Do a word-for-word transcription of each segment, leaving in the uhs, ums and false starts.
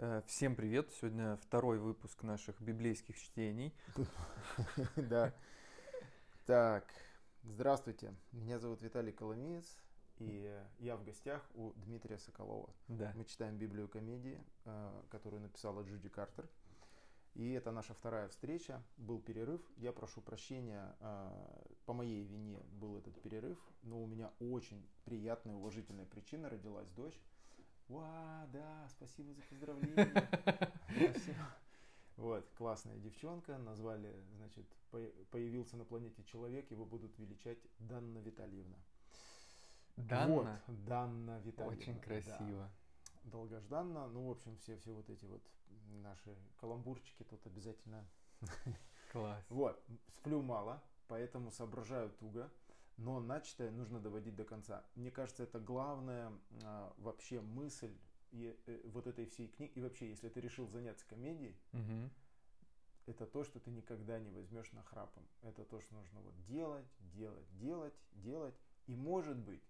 Э, Всем привет! Сегодня второй выпуск наших библейских чтений. Да. Так, здравствуйте. Меня зовут Виталий Коломиец, и я в гостях у Дмитрия Соколова. Да. Мы читаем Библию комедии, э, которую написала Джуди Картер. И это наша вторая встреча. Был перерыв. Я прошу прощения, э, по моей вине был этот перерыв, но у меня очень приятная, уважительная причина. Родилась дочь. Ва, да, спасибо за поздравления. Спасибо. Вот, классная девчонка, назвали, значит, появился на планете человек, его будут величать Данна Витальевна. Вот, Данна? Данна Витальевна. Очень красиво. Да. Долгожданно. Ну, в общем, все, все вот эти вот наши каламбурчики тут обязательно. Класс. Вот, сплю мало, поэтому соображаю туго, но начатое нужно доводить до конца. Мне кажется, это главная а, вообще мысль и, э, вот этой всей книги. И вообще, если ты решил заняться комедией, Угу. это то, что ты никогда не возьмешь нахрапом. Это то, что нужно вот делать, делать, делать, делать. И может быть,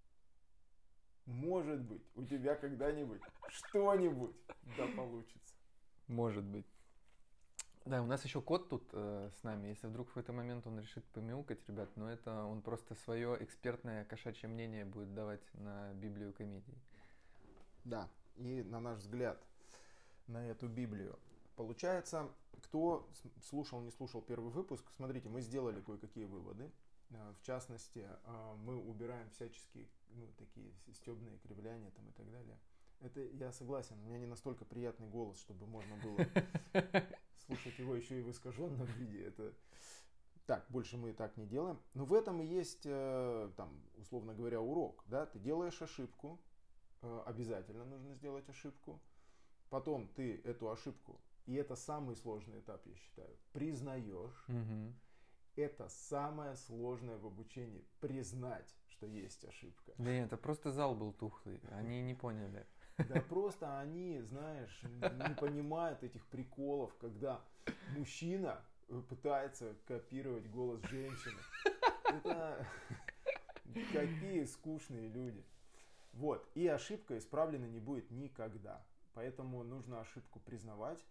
может быть, у тебя когда-нибудь что-нибудь да получится. Может быть. Да, у нас еще кот тут э, с нами. Если вдруг в какой-то момент он решит помяукать, ребят, но это он просто свое экспертное кошачье мнение будет давать на Библию комедии. Да, и на наш взгляд на эту Библию. Получается, кто слушал, не слушал первый выпуск, смотрите, мы сделали кое-какие выводы. В частности, мы убираем всяческие, ну, такие стебные кривляния там и так далее. Это я согласен, у меня не настолько приятный голос, чтобы можно было слушать его еще и в искаженном виде. Это так, больше мы и так не делаем. Но в этом и есть, там, условно говоря, урок. Да? Ты делаешь ошибку, обязательно нужно сделать ошибку. Потом ты эту ошибку, и это самый сложный этап, я считаю, признаешь. Угу. Это самое сложное в обучении, признать, что есть ошибка. Да нет, это просто зал был тухлый, они не поняли. Да просто они, знаешь, не понимают этих приколов, когда мужчина пытается копировать голос женщины. Это какие скучные люди. Вот, и ошибка исправлена не будет никогда. Поэтому нужно ошибку признавать.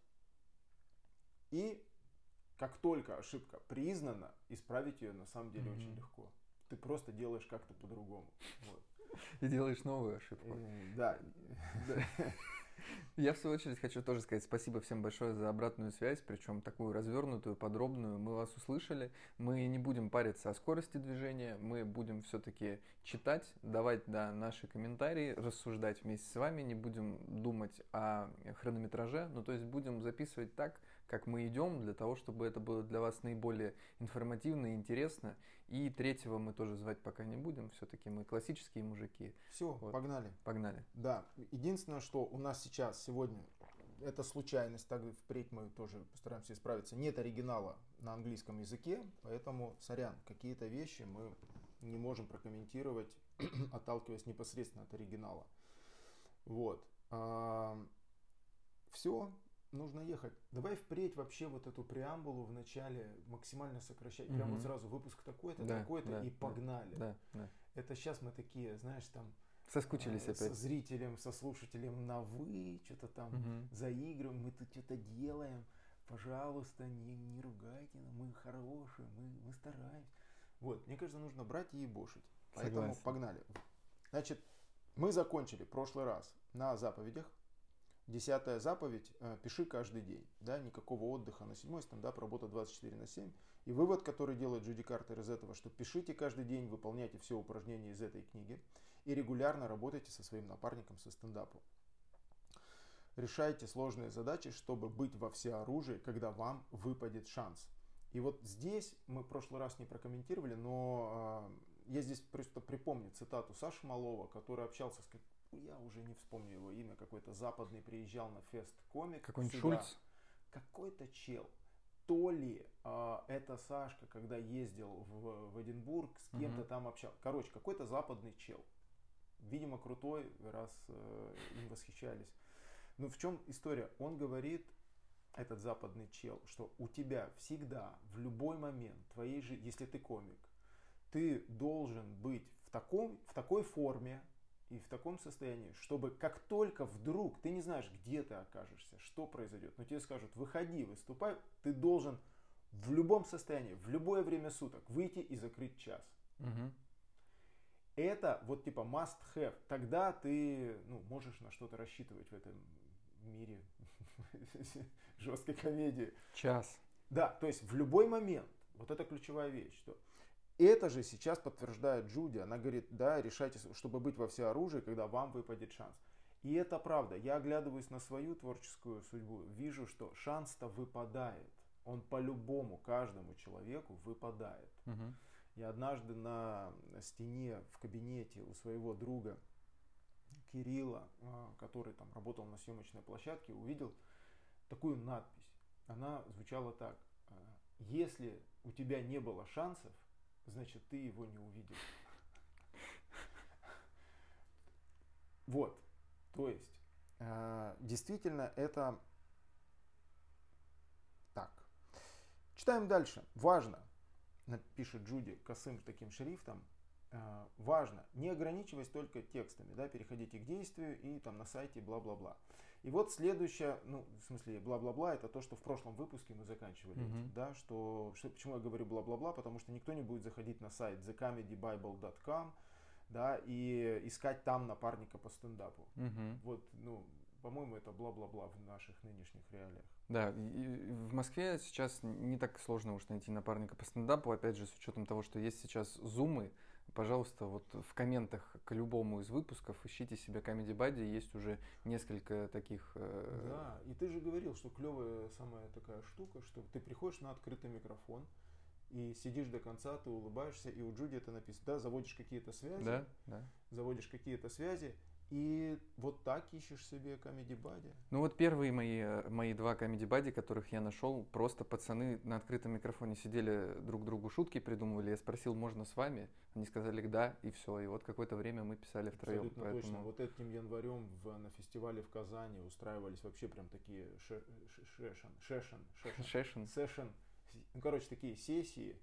И как только ошибка признана, исправить ее на самом деле mm-hmm. очень легко. Ты просто делаешь как-то по-другому. Вот. И делаешь новую ошибку. И, да. Я в свою очередь хочу тоже сказать спасибо всем большое за обратную связь, причем такую развернутую, подробную. Мы вас услышали. Мы не будем париться о скорости движения, мы будем все-таки читать, давать да, наши комментарии, рассуждать вместе с вами, не будем думать о хронометраже, ну то есть будем записывать так, как мы идем, для того, чтобы это было для вас наиболее информативно и интересно. И третьего мы тоже звать пока не будем, все-таки мы классические мужики. Все, вот. погнали. Погнали. Да, единственное, что у нас сейчас, сегодня, это случайность, так впредь мы тоже постараемся исправиться. Нет оригинала на английском языке, поэтому, сорян, какие-то вещи мы не можем прокомментировать, отталкиваясь непосредственно от оригинала. Вот. Все, нужно ехать. Давай впредь вообще вот эту преамбулу в начале максимально сокращать. Прям Угу. вот сразу выпуск такой-то, да, такой-то да, и погнали. Да, да. Это сейчас мы такие, знаешь, там... Соскучились опять. Со зрителем, со слушателем на вы, что-то там угу. заигрываем, мы тут что-то делаем. Пожалуйста, не, не ругайте, мы хорошие, мы, мы стараемся. Вот, мне кажется, нужно брать и ебошить. Поэтому Согласен. Погнали. Значит, мы закончили в прошлый раз на заповедях. Десятая заповедь, э, пиши каждый день, да, никакого отдыха на седьмой, стендап, работа двадцать четыре на семь. И вывод, который делает Джуди Картер из этого, что пишите каждый день, выполняйте все упражнения из этой книги и регулярно работайте со своим напарником со стендапу. Решайте сложные задачи, чтобы быть во всеоружии, когда вам выпадет шанс. И вот здесь мы в прошлый раз не прокомментировали, но э, я здесь просто припомню цитату Саши Малова, который общался с... Я уже не вспомню его имя, какой-то западный приезжал на фест комик. Какой-нибудь Шульц? Какой-то чел. То ли э, это Сашка, когда ездил в, в Эдинбург, с кем-то uh-huh. там общался. Короче, какой-то западный чел. Видимо, крутой, раз э, им восхищались. Ну, в чем история? Он говорит, этот западный чел, что у тебя всегда, в любой момент твоей жизни, если ты комик, ты должен быть в, таком, в такой форме, и в таком состоянии, чтобы как только вдруг, ты не знаешь, где ты окажешься, что произойдет, но тебе скажут, выходи, выступай, ты должен в любом состоянии, в любое время суток выйти и закрыть час. Угу. Это вот типа must have. Тогда ты ну, можешь на что-то рассчитывать в этом мире жесткой комедии. Час. Да, то есть в любой момент, вот это ключевая вещь, что это же сейчас подтверждает Джуди. Она говорит, да, решайте, чтобы быть во всеоружии, когда вам выпадет шанс. И это правда. Я оглядываюсь на свою творческую судьбу, вижу, что шанс-то выпадает. Он по-любому каждому человеку выпадает. Угу. Я однажды на стене в кабинете у своего друга Кирилла, который там работал на съемочной площадке, увидел такую надпись. Она звучала так. Если у тебя не было шансов, значит ты его не увидел. Вот. То есть, действительно, это так. Читаем дальше. Важно, пишет Джуди косым таким шрифтом, важно, не ограничиваясь только текстами, да, переходите к действию и там на сайте бла-бла-бла. И вот следующее, ну, в смысле, бла-бла-бла, это то, что в прошлом выпуске мы заканчивали, Mm-hmm. этим, да, что, что, почему я говорю бла-бла-бла, потому что никто не будет заходить на сайт the comedy bible dot com, да, и искать там напарника по стендапу. Mm-hmm. Вот, ну, по-моему, это бла-бла-бла в наших нынешних реалиях. Да, и в Москве сейчас не так сложно уж найти напарника по стендапу, опять же, с учетом того, что есть сейчас зумы. Пожалуйста, вот в комментах к любому из выпусков ищите себе Comedy Buddy, есть уже несколько таких... Э... Да, и ты же говорил, что клевая самая такая штука, что ты приходишь на открытый микрофон, и сидишь до конца, ты улыбаешься, и у Джуди это написано, да, заводишь какие-то связи, да, да. заводишь какие-то связи, и вот так ищешь себе Comedy Buddy. Ну вот первые мои, мои два Comedy Buddy, которых я нашел, просто пацаны на открытом микрофоне сидели, друг другу шутки придумывали, я спросил, можно с вами? Они сказали да, и все, и вот какое-то время мы писали втроем. Абсолютно поэтому... точно. Вот этим январем в, на фестивале в Казани устраивались вообще прям такие шешен, шешен, шешен, шешен, ну короче, такие сессии,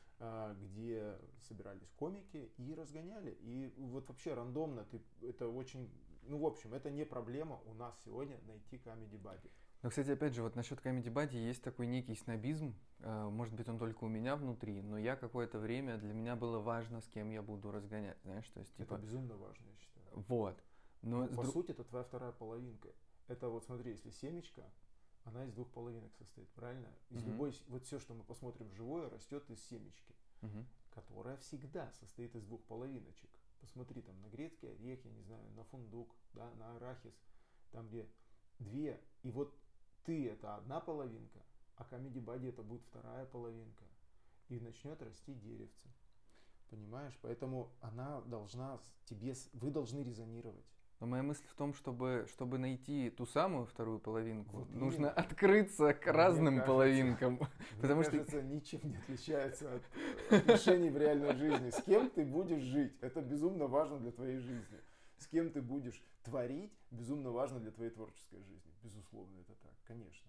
где собирались комики и разгоняли. И вот вообще рандомно, ты, это очень, ну в общем, это не проблема у нас сегодня найти Comedy Buddy. Но, кстати, опять же, вот насчет Comedy Buddy есть такой некий снобизм, может быть, он только у меня внутри, но я какое-то время, для меня было важно, с кем я буду разгонять, знаешь, то есть, типа... Это безумно важно, я считаю. Вот. Но ну, по друг... сути, это твоя вторая половинка. Это вот смотри, если семечка, она из двух половинок состоит, правильно? Из Mm-hmm. любой, вот все, что мы посмотрим живое, растет из семечки, Mm-hmm. которая всегда состоит из двух половиночек. Посмотри там на грецкий орех, я не знаю, на фундук, да, на арахис, там где две. И вот ты это одна половинка, а Comedy Buddy это будет вторая половинка. И начнет расти деревце. Понимаешь? Поэтому она должна тебе, вы должны резонировать. Но моя мысль в том, чтобы, чтобы найти ту самую вторую половинку, вот нужно именно. Открыться к мне разным кажется, половинкам. Мне потому кажется, что... ничем не отличается от отношений в реальной жизни. С кем ты будешь жить? Это безумно важно для твоей жизни. С кем ты будешь творить, безумно важно для твоей творческой жизни. Безусловно, это так, конечно.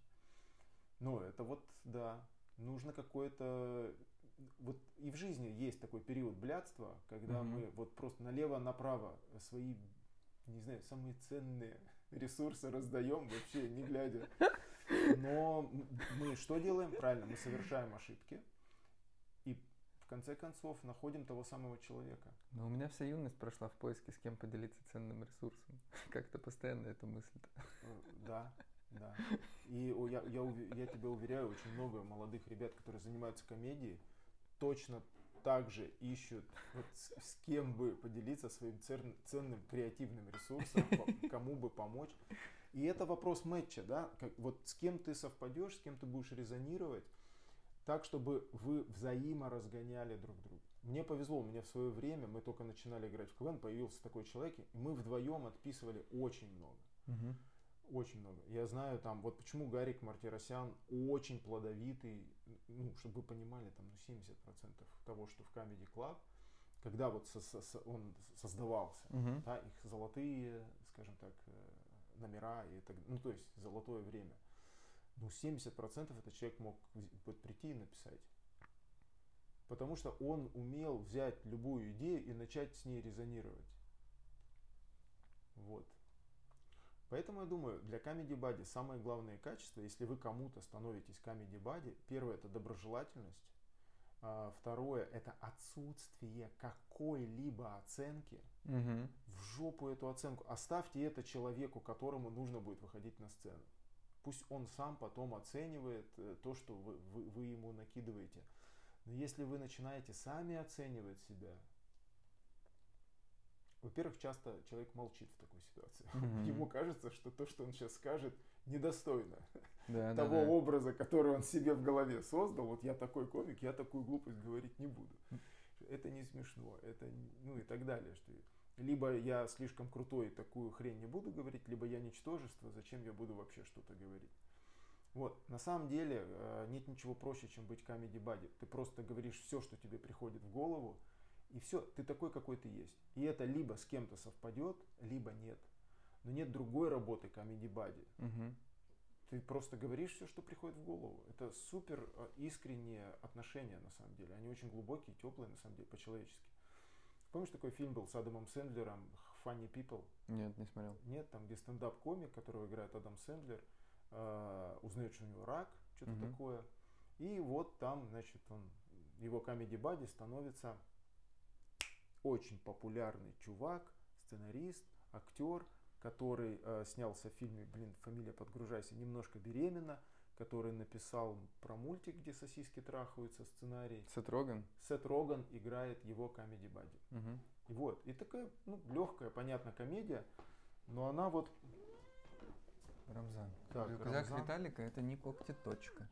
Но это вот, да, нужно какое-то... Вот и в жизни есть такой период блядства, когда mm-hmm. мы вот просто налево-направо свои, не знаю, самые ценные ресурсы раздаем, вообще не глядя. Но мы что делаем? Правильно, мы совершаем ошибки и в конце концов находим того самого человека. Но у меня вся юность прошла в поиске, с кем поделиться ценным ресурсом. Как-то постоянно эта мысль. Да, да. И я, я, я тебя уверяю, очень много молодых ребят, которые занимаются комедией, точно так же ищут, вот с, с кем бы поделиться своим цен, ценным креативным ресурсом, кому бы помочь. И это вопрос мэтча, да, как, вот с кем ты совпадешь, с кем ты будешь резонировать, так, чтобы вы взаиморазгоняли друг друга. Мне повезло, у меня в свое время, мы только начинали играть в КВН, появился такой человек, и мы вдвоем отписывали очень много. Угу. Очень много. Я знаю там, вот почему Гарик Мартиросян очень плодовитый, ну, чтобы вы понимали, там, ну, семьдесят процентов того, что в Comedy Club, когда вот со- со- он создавался, угу. да, их золотые, скажем так, номера, и так, ну, то есть золотое время, ну, семьдесят процентов этот человек мог вот прийти и написать. Потому что он умел взять любую идею и начать с ней резонировать. Вот. Поэтому я думаю, для Comedy Buddy самое главное качество, если вы кому-то становитесь Comedy Buddy, первое это доброжелательность, а, второе это отсутствие какой-либо оценки. Угу. В жопу эту оценку. Оставьте это человеку, которому нужно будет выходить на сцену. Пусть он сам потом оценивает то, что вы, вы, вы ему накидываете. Но если вы начинаете сами оценивать себя, во-первых, часто человек молчит в такой ситуации. Mm-hmm. Ему кажется, что то, что он сейчас скажет, недостойно да, того да, да. образа, который он себе в голове создал. Вот я такой комик, я такую глупость говорить не буду. Это не смешно, это, ну и так далее. Что либо я слишком крутой, такую хрень не буду говорить, либо я ничтожество, зачем я буду вообще что-то говорить. Вот, на самом деле нет ничего проще, чем быть Comedy Buddy. Ты просто говоришь все, что тебе приходит в голову, и все, ты такой, какой ты есть. И это либо с кем-то совпадет, либо нет. Но нет другой работы Comedy Buddy. Угу. Ты просто говоришь все, что приходит в голову. Это супер искренние отношения, на самом деле. Они очень глубокие, теплые, на самом деле, по-человечески. Помнишь, такой фильм был с Адамом Сэндлером «Funny People»? Нет, не смотрел. Нет, там где стендап-комик, которого играет Адам Сэндлер, э, узнает, что у него рак, что-то Угу. такое. И вот там, значит, он, его Comedy Buddy становится очень популярный чувак, сценарист, актер, который э, снялся в фильме, блин, фамилия подгружайся, «Немножко беременна», который написал про мультик, где сосиски трахаются, сценарий. Сет Роган? Сет Роган играет его Comedy Buddy. Угу. И вот, и такая, ну, легкая, понятная комедия, но она вот... Рамзан. Так, Рюкзак Рамзан. Виталика это не когтеточка.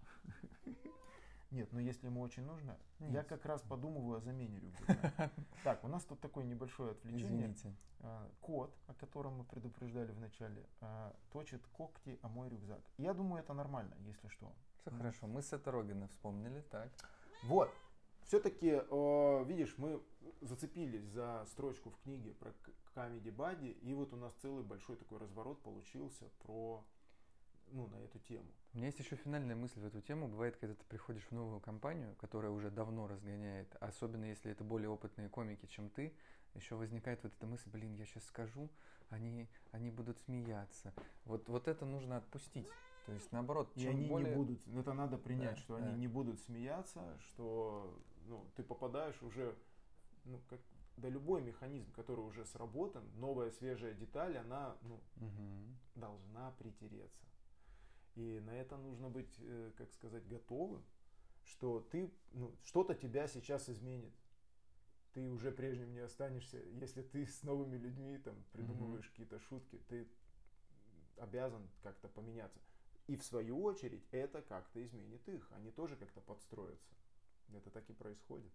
Нет, но если ему очень нужно, Нет. я как раз подумываю о замене рюкзака. Так, у нас тут такое небольшое отвлечение. Извините. Кот, о котором мы предупреждали в начале, точит когти о мой рюкзак. Я думаю, это нормально, если что. Все хорошо, мы Сета Рогана вспомнили, так. Вот. Все-таки, видишь, мы зацепились за строчку в книге про Comedy Buddy, и вот у нас целый большой такой разворот получился про, ну, на эту тему. У меня есть еще финальная мысль в эту тему. Бывает, когда ты приходишь в новую компанию, которая уже давно разгоняет, особенно если это более опытные комики, чем ты, еще возникает вот эта мысль, блин, я сейчас скажу, они, они будут смеяться. Вот, вот это нужно отпустить. То есть, наоборот, и чем они более... не будут, это надо принять, да, что да. они не будут смеяться, что, ну, ты попадаешь уже, ну, как, да, любой механизм, который уже сработан, новая свежая деталь, она, ну, угу. должна притереться. И на это нужно быть, э, как сказать, готовым, что ты, ну, что-то тебя сейчас изменит. Ты уже прежним не останешься, если ты с новыми людьми там придумываешь mm-hmm. какие-то шутки, ты обязан как-то поменяться. И в свою очередь это как-то изменит их, они тоже как-то подстроятся. Это так и происходит.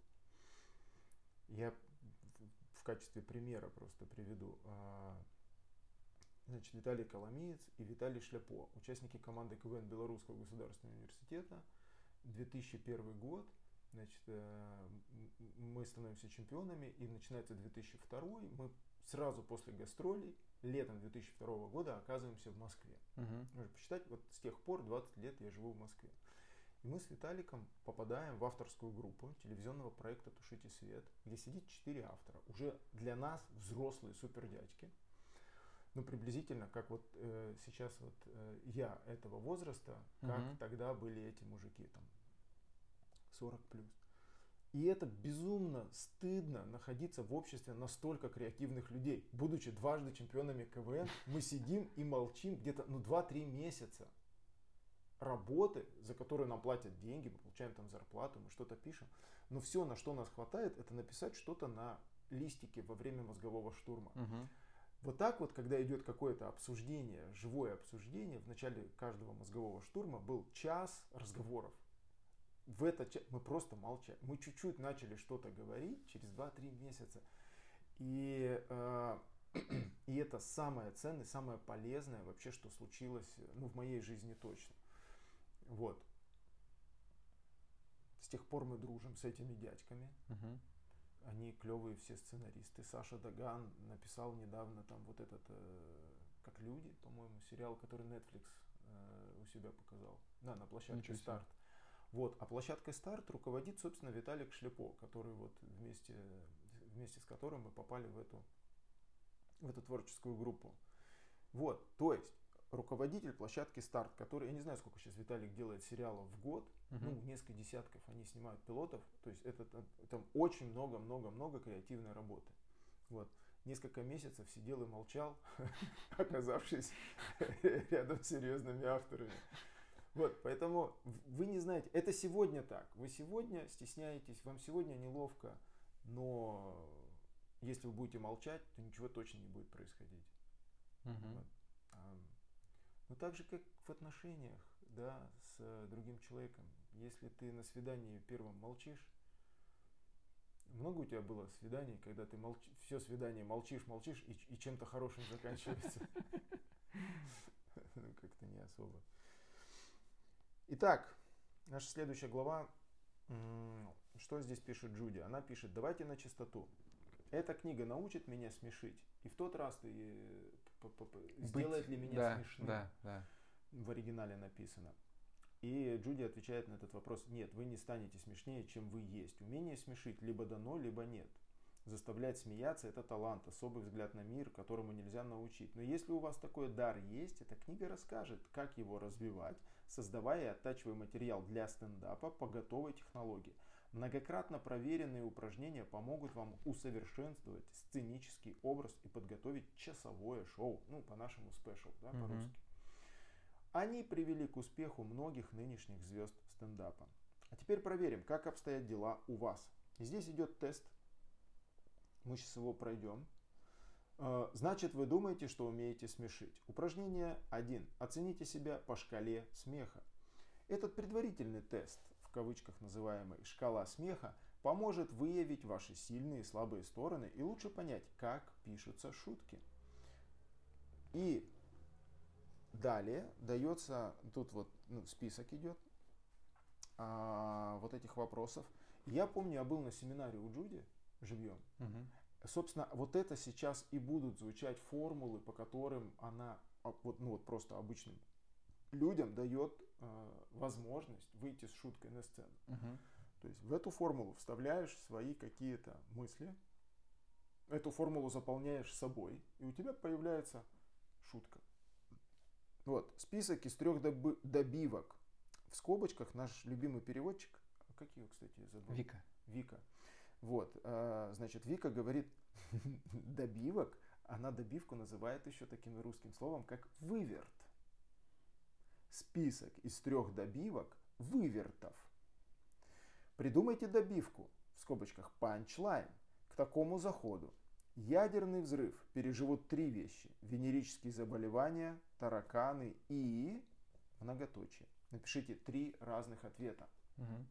Я в качестве примера просто приведу. Значит, Виталий Коломиец и Виталий Шляпо, участники команды КВН Белорусского государственного университета, две тысячи первый год, значит, мы становимся чемпионами, и начинается две тысячи второй, мы сразу после гастролей, летом две тысячи второго года оказываемся в Москве. Угу. Можно посчитать, вот с тех пор двадцать лет я живу в Москве. И мы с Виталиком попадаем в авторскую группу телевизионного проекта «Тушите свет», где сидит четыре автора, уже для нас взрослые супердядьки. Ну, приблизительно, как вот э, сейчас вот э, я этого возраста, как угу. тогда были эти мужики, там, сорок плюс. И это безумно стыдно находиться в обществе настолько креативных людей. Будучи дважды чемпионами КВН, мы сидим и молчим где-то, ну, два-три месяца работы, за которые нам платят деньги, мы получаем там зарплату, мы что-то пишем. Но все, на что нас хватает, это написать что-то на листике во время мозгового штурма. Угу. Вот так вот, когда идет какое-то обсуждение, живое обсуждение, в начале каждого мозгового штурма был час разговоров. В этот час мы просто молчали. Мы чуть-чуть начали что-то говорить через два-три месяца. И, э, и это самое ценное, самое полезное вообще, что случилось, ну, в моей жизни точно. Вот. С тех пор мы дружим с этими дядьками. Угу. Они клевые все сценаристы. Саша Даган написал недавно там вот этот, э, как люди, по-моему, сериал, который Netflix э, у себя показал. Да, на площадке Старт. Вот. А площадкой Старт руководит, собственно, Виталик Шляпо, который вот вместе, вместе с которым мы попали в эту в эту творческую группу. Вот, то есть руководитель площадки «Старт», который, я не знаю, сколько сейчас Виталик делает сериалов в год, uh-huh. ну, несколько десятков они снимают пилотов, то есть это там очень много-много-много креативной работы. Вот. Несколько месяцев сидел и молчал, оказавшись рядом с серьезными авторами. Вот, поэтому вы не знаете, это сегодня так, вы сегодня стесняетесь, вам сегодня неловко, но если вы будете молчать, то ничего точно не будет происходить. Uh-huh. Вот. Но так же, как в отношениях, да, с другим человеком. Если ты на свидании первым молчишь, много у тебя было свиданий, когда ты молчишь, все свидание молчишь, молчишь, и, и чем-то хорошим заканчивается? Ну, как-то не особо. Итак, наша следующая глава. Что здесь пишет Джуди? Она пишет: давайте на чистоту. Эта книга научит меня смешить. И в тот раз ты сделает ли меня да, смешным? Да, да. В оригинале написано. И Джуди отвечает на этот вопрос: нет, вы не станете смешнее, чем вы есть. Умение смешить либо дано, либо нет. Заставлять смеяться — это талант, особый взгляд на мир, которому нельзя научить. Но если у вас такой дар есть, эта книга расскажет, как его развивать, создавая и оттачивая материал для стендапа по готовой технологии. Многократно проверенные упражнения помогут вам усовершенствовать сценический образ и подготовить часовое шоу. Ну, по-нашему спешл, да, mm-hmm. по-русски. Они привели к успеху многих нынешних звезд стендапа. А теперь проверим, как обстоят дела у вас. И здесь идет тест. Мы сейчас его пройдем. Значит, вы думаете, что умеете смешить. Упражнение один. Оцените себя по шкале смеха. Этот предварительный тест, в кавычках называемый «шкала смеха», поможет выявить ваши сильные и слабые стороны и лучше понять, как пишутся шутки. И далее дается, тут вот ну, список идет а, вот этих вопросов. Я помню, я был на семинаре у Джуди живьем. Угу. Собственно, вот это сейчас и будут звучать формулы, по которым она вот, ну, вот просто обычным людям дает э, возможность выйти с шуткой на сцену. Угу. То есть в эту формулу вставляешь свои какие-то мысли, эту формулу заполняешь собой, и у тебя появляется шутка. Вот, список из трех доби- добивок. В скобочках наш любимый переводчик, как ее, кстати, забыл? Вика. Вика. Вот, э, значит, Вика говорит добивок, она добивку называет еще таким русским словом, как выверт. Список из трех добивок вывертов. Придумайте добивку, в скобочках панчлайн, к такому заходу. Ядерный взрыв переживут три вещи: венерические заболевания, тараканы и многоточие. Напишите три разных ответа. Угу.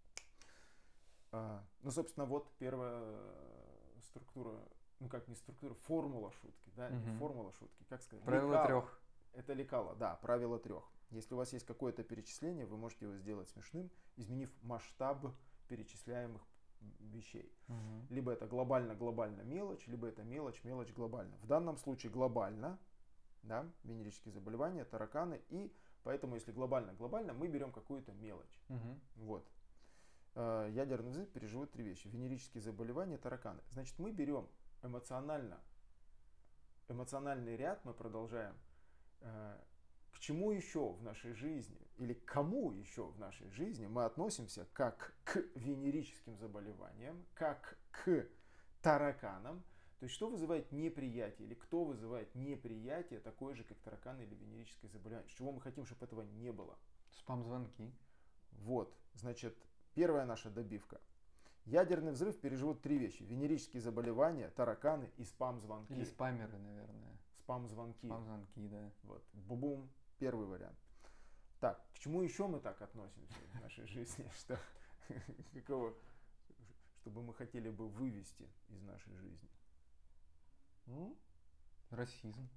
А, ну, собственно, вот первая структура, ну как не структура, формула шутки, да, угу. не формула шутки, как сказать? Правило лекало. трех. Это лекало, да, правило трех. Если у вас есть какое-то перечисление, вы можете его сделать смешным, изменив масштаб перечисляемых вещей. Угу. Либо это глобально-глобально мелочь, либо это мелочь-мелочь глобально. В данном случае глобально, да, венерические заболевания, тараканы, и поэтому если глобально-глобально, мы берем какую-то мелочь. Угу. Вот. Ядерный взрыв переживут три вещи: венерические заболевания, тараканы. Значит, мы берем эмоционально, эмоциональный ряд, мы продолжаем. К чему еще в нашей жизни, или к кому еще в нашей жизни мы относимся как к венерическим заболеваниям, как к тараканам. То есть, что вызывает неприятие, или кто вызывает неприятие, такое же, как тараканы или венерическое заболевание. С чего мы хотим, чтобы этого не было? Спам-звонки. Вот, значит, первая наша добивка. Ядерный взрыв переживут три вещи: венерические заболевания, тараканы и спам-звонки. Или спамеры, наверное. Спам-звонки. Спам-звонки, да. Вот, бу-бум, первый вариант. Так, к чему еще мы так относимся в нашей жизни, что, какого, чтобы мы хотели бы вывести из нашей жизни? Ну, расизм.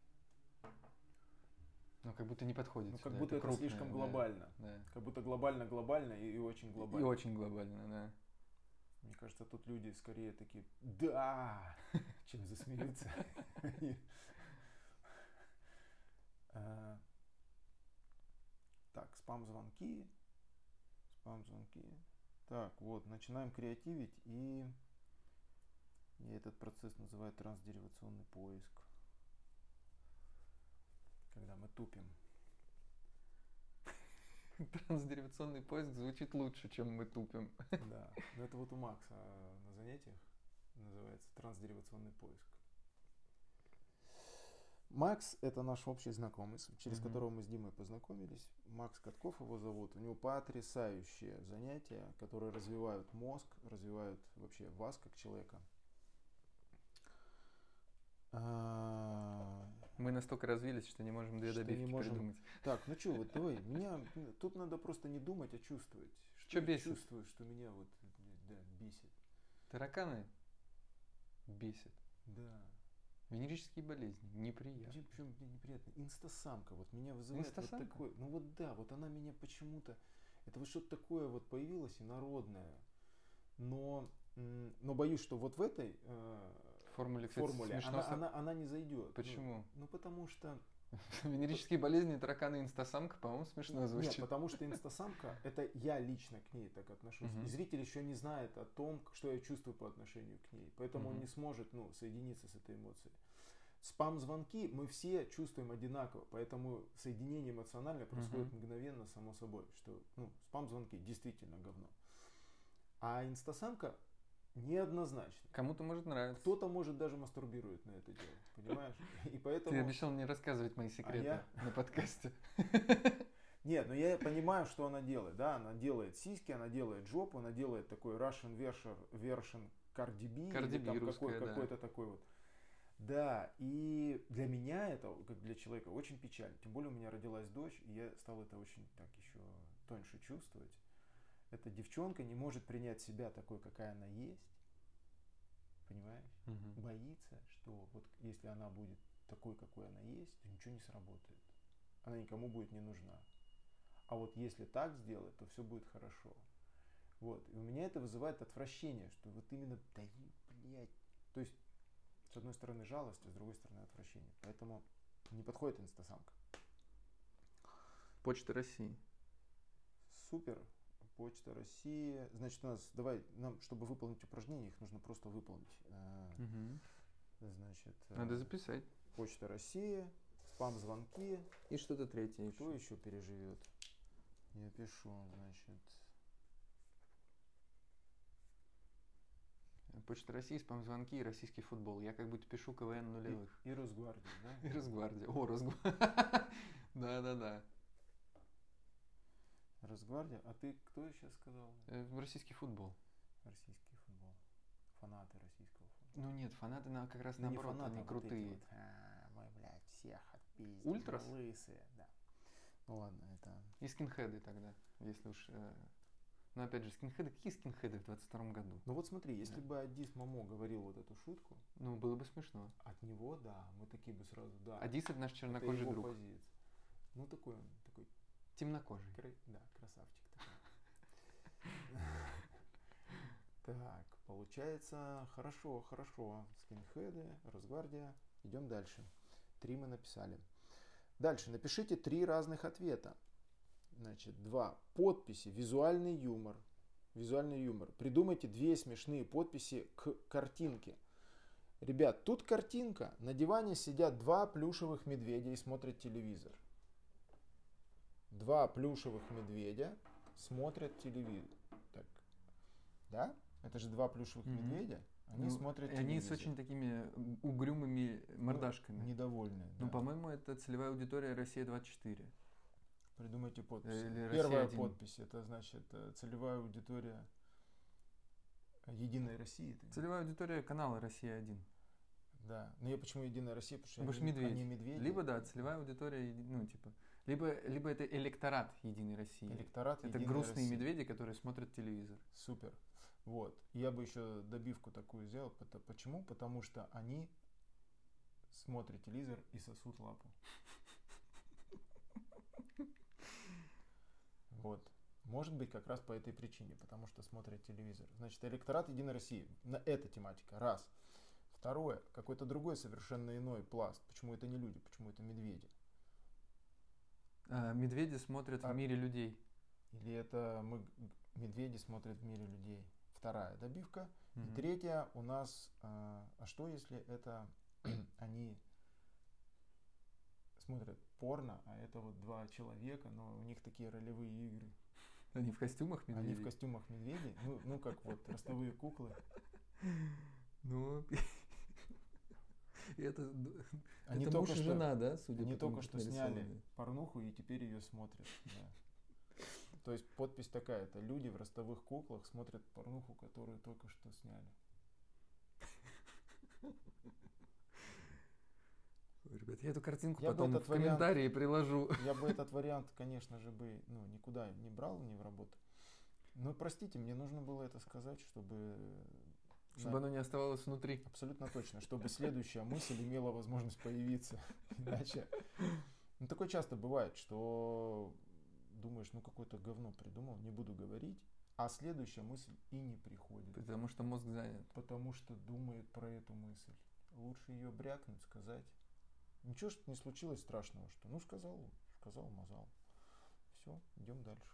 Ну, как будто не подходит. Ну, как сюда. будто это, это крупное, слишком глобально. Да, да. Как будто глобально-глобально и, и очень глобально. И очень глобально, да. Мне кажется, тут люди скорее такие «да», чем засмеются. Так, спам-звонки. Спам-звонки. Так, вот, начинаем креативить и Я этот процесс называю трансдеривационный поиск. Когда мы тупим. Трансдеривационный поиск звучит лучше, чем мы тупим. Да, но это вот у Макса на занятиях называется трансдеривационный поиск. Макс – это наш общий знакомый, через mm-hmm. которого мы с Димой познакомились. Макс Катков его зовут. У него потрясающие занятия, которые развивают мозг, развивают вообще вас как человека. Мы настолько развились, что не можем две что добивки не можем... придумать. Так, ну что, вот давай, меня тут надо просто не думать, а чувствовать. Что, что бесит? Чувствую, что меня вот да, бесит. Тараканы бесит. Да. Венерические болезни неприятно. Причем неприятно. Инстасамка вот меня вызывает. Инстасамка? Вот такой. Ну вот да, вот она меня почему-то. Это вот что-то такое вот появилось инородное. Но, но боюсь, что вот в этой э, формуле, кстати, формуле она, она, она не зайдет. Почему? Ну, ну потому что. Венерические болезни, тараканы и инстасамка, по-моему, смешно звучит. Нет, потому что инстасамка, это я лично к ней так отношусь. Uh-huh. И зритель еще не знает о том, что я чувствую по отношению к ней. Поэтому uh-huh. он не сможет ну, соединиться с этой эмоцией. Спам-звонки мы все чувствуем одинаково, поэтому соединение эмоциональное происходит uh-huh. мгновенно, само собой. Что ну, спам-звонки действительно говно. А инстасамка неоднозначно. Кому-то может нравиться. Кто-то может даже мастурбирует на это дело, понимаешь? И поэтому... Ты обещал мне рассказывать мои секреты а я... на подкасте. Нет, но я понимаю, что она делает. Да, она делает сиськи, она делает жопу, она делает такой Russian version, version Cardi B. Cardi B русская, какой, да. Какой-то такой вот. Да, и для меня это, как для человека, очень печально. Тем более у меня родилась дочь, и я стал это очень так еще тоньше чувствовать. Эта девчонка не может принять себя такой, какая она есть. Понимаешь? Угу. Боится, что вот если она будет такой, какой она есть, то ничего не сработает. Она никому будет не нужна. А вот если так сделать, то все будет хорошо. Вот. И у меня это вызывает отвращение, что вот именно, да блядь. То есть, с одной стороны жалость, а с другой стороны отвращение. Поэтому не подходит инстасамка. Почта России. Супер. Почта России. Значит, у нас, давай, нам, чтобы выполнить упражнения, их нужно просто выполнить. Угу. Значит, надо записать. Почта России, спам-звонки. И что-то третье еще. Кто еще переживет? Я пишу, значит. Почта России, спам-звонки и российский футбол. Я как будто пишу КВН нулевых. И, и Росгвардия, да? И Росгвардия. О, Росгвардия. Да-да-да. Росгвардия. А ты кто сейчас сказал? Российский футбол. Российский футбол. Фанаты российского футбола. Ну нет, фанаты на, как раз ну, наоборот, фанаты, они вот крутые. Вот, а, мы, блядь, всех отпиздили. Ультрас? Лысые, да. Ну ладно, это... И скинхеды тогда, если уж... Э... Но опять же, скинхеды, какие скинхеды в двадцать втором году? Ну вот смотри, если да. бы Адис Мамо говорил вот эту шутку... Ну, было бы смешно. От него, да, мы такие бы сразу, да. Адис это наш чернокожий это друг. Позиция. Ну такой он, такой... Темнокожий. Кра... Да, красавчик такой. Так, получается, хорошо, хорошо. Скинхеды, Росгвардия. Идем дальше. Три мы написали. Дальше напишите три разных ответа. Значит, два. Подписи, визуальный юмор. Визуальный юмор. Придумайте две смешные подписи к картинке. Ребят, тут картинка. На диване сидят два плюшевых медведя и смотрят телевизор. Два плюшевых медведя смотрят телевизор. Так. Да? Это же два плюшевых mm-hmm. медведя. Они ну, смотрят телевизор. Они с очень такими угрюмыми мордашками. Ну, недовольные. Ну, да. по-моему, это целевая аудитория Россия двадцать четыре. Придумайте подпись. Или Первая один. подпись, это значит целевая аудитория Единой России. Целевая аудитория канала Россия один. Да. Но я почему Единая Россия? Потому что, Потому что они, медведь. они медведи. Либо, да, целевая аудитория, ну, типа, либо, либо это электорат Единой России. Электорат это Единой грустные России. медведи, которые смотрят телевизор. Супер. Вот. Я бы еще добивку такую сделал. Почему? Потому что они смотрят телевизор и сосут лапу. Вот. Может быть, как раз по этой причине, потому что смотрят телевизор. Значит, электорат Единой России. На эта тематика. Раз. Второе. Какой-то другой совершенно иной пласт. Почему это не люди, почему это медведи? А, медведи смотрят а... в мире людей. Или это мы... медведи смотрят в мире людей. вторая добивка. Мгм. И третья у нас, а, а что если это они смотрят порно, а это вот два человека, но у них такие ролевые игры. Они в костюмах медведей? Они в костюмах медведей, ну, ну как вот ростовые куклы. Ну, это, Они это только муж и что, жена, да, судя они по тому, только как что сняли нарисованы? порнуху и теперь ее смотрят. Да. То есть подпись такая, это люди в ростовых куклах смотрят порнуху, которую только что сняли. Ой, ребят, я эту картинку Я бы потом этот в вариант- комментарии приложу. Я бы этот вариант, конечно же, бы ну, никуда не брал, не в работу. Но простите, мне нужно было это сказать, чтобы... Чтобы на- оно не оставалось внутри. Абсолютно точно, чтобы следующая мысль имела возможность появиться. Иначе... Ну, такое часто бывает, что думаешь, ну, какое-то говно придумал, не буду говорить, а следующая мысль и не приходит. Потому что мозг занят. Потому что думает про эту мысль. Лучше ее брякнуть, сказать. Ничего ж не случилось страшного, что ну сказал, сказал, мазал. Все, идем дальше.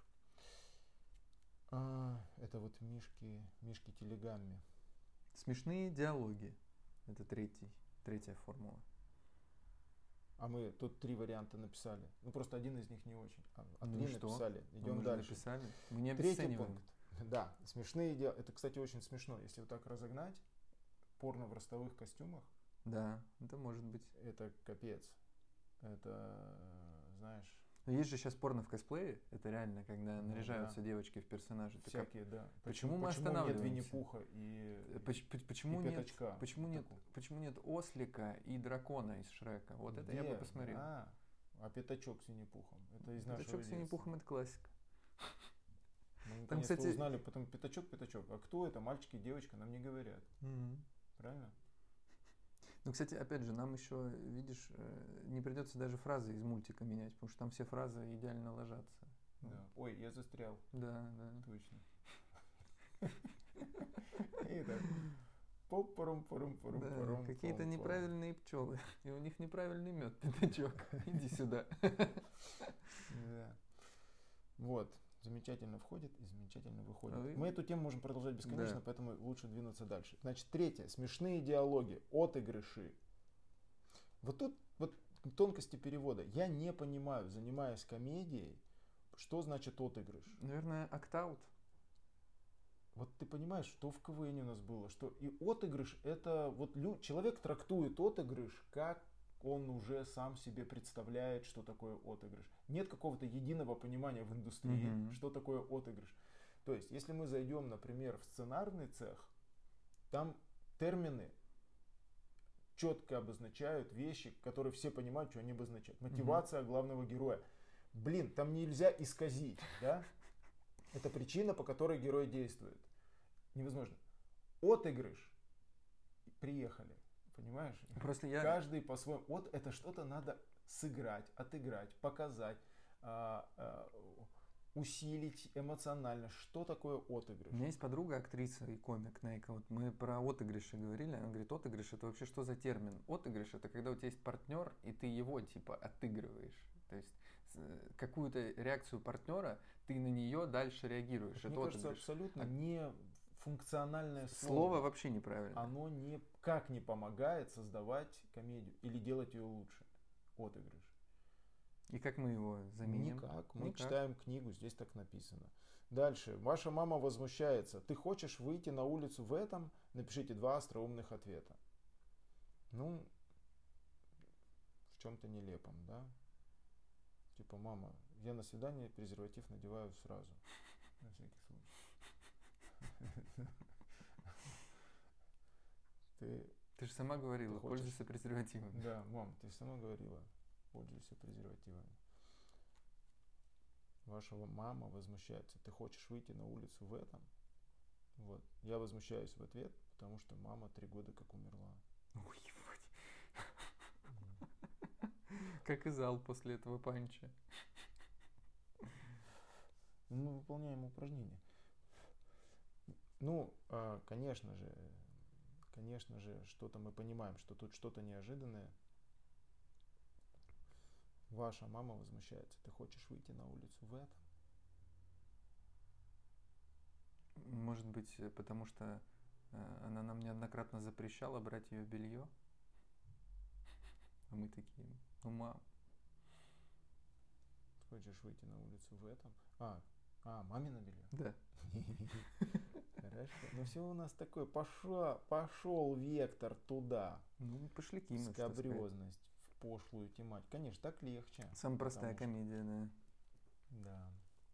А, это вот Мишки, Мишки Телегамме. Смешные диалоги. Это третий, третья формула. А мы тут три варианта написали. Ну просто один из них не очень. А, а Ну три и что? написали. Ну, Идем мы же дальше. написали. Мы не Третий обесцениваем. пункт. Да, смешные диалоги. Это, кстати, очень смешно. Если вот так разогнать, порно в ростовых костюмах, Да, это может быть. это капец. Это, знаешь, Но есть же сейчас порно в косплее. Это реально, когда Ну наряжаются да. девочки в персонажи. Так а всякие, да. почему мы почему нет останавливаемся? Винни-Пуха и, Э, поч- поч- Почему и нет, пятачка? почему Вот нет, такого. почему нет ослика и дракона из Шрека? Вот это я бы Где? посмотрел. А, а пятачок с Винни-Пухом. Это из нашего Пятачок с детства. Винни-Пухом это классика. Мы Там, наконец-то кстати- узнали, потом пятачок, пятачок. А кто это? Мальчик и девочка? Нам не говорят. Правильно? Ну, кстати, опять же, нам еще, видишь, э, не придется даже фразы из мультика менять, потому что там все фразы идеально ложатся. Да. Ой, я застрял. Да, да. Точно. И так. Попорум, порум, порум, Да, порум, какие-то порум, неправильные пчелы. И у них неправильный мед, пятачок. Иди сюда. Да. Вот. Замечательно входит и замечательно выходит. Ой. Мы эту тему можем продолжать бесконечно, Да. поэтому лучше двинуться дальше. Значит, третье. Смешные диалоги, отыгрыши. Вот тут вот тонкости перевода. Я не понимаю, занимаясь комедией, что значит отыгрыш. Наверное, акт-аут. Вот ты понимаешь, что в КВН у нас было, что и отыгрыш это вот лю- человек трактует отыгрыш как он уже сам себе представляет, что такое отыгрыш. Нет какого-то единого понимания в индустрии, Мгм. что такое отыгрыш. То есть, если мы зайдем, например, в сценарный цех, там термины четко обозначают вещи, которые все понимают, что они обозначают. Мотивация главного героя. Блин, там нельзя исказить, да? Это причина, по которой герой действует. Невозможно. Отыгрыш. Приехали. Понимаешь? Просто я... Каждый по-своему. Вот это что-то надо сыграть, отыграть, показать, а, а, усилить эмоционально. Что такое отыгрыш? У меня есть подруга, актриса и комик Нейка. Вот мы про отыгрыши говорили. Она говорит, отыгрыш это вообще что за термин? Отыгрыш это когда у тебя есть партнер, и ты его типа отыгрываешь. То есть с- какую-то реакцию партнера, ты на нее дальше реагируешь. Мне это кажется, отыгрыш. абсолютно А- не функциональное слово. Слово вообще неправильно. Оно никак не помогает создавать комедию или делать ее лучше. Отыгрыш. И как мы его заменим? Никак. Мы Никак. читаем книгу, здесь так написано. Дальше. Ваша мама возмущается. Ты хочешь выйти на улицу в этом? Напишите два остроумных ответа. Ну, в чем-то нелепом, да? Типа, мама, я на свидание презерватив надеваю сразу. На всякий случай. Ты, Ты же сама говорила, Ты хочешь? пользуйся презервативом. да, мам, ты сама говорила, пользуйся презервативами. Ваша мама возмущается. Ты хочешь выйти на улицу в этом? Вот. Я возмущаюсь в ответ, потому что мама три года как умерла. Ой, ебать. Как и зал после этого панча. Мы выполняем упражнение. Ну, а, конечно же, конечно же, что-то мы понимаем, что тут что-то неожиданное. Ваша мама возмущается. Ты хочешь выйти на улицу в этом? Может быть, э, потому что э, она нам неоднократно запрещала брать ее белье. А мы такие, ну мам. Хочешь выйти на улицу в этом? А, а, мамино белье? Да. Хорошо. Ну все у нас такое, пошел, пошел вектор туда. Ну, пошляки мы, что сказать. Скабрезность в пошлую тематику. Конечно, так легче. Самая простая потому что- комедия, да. Да.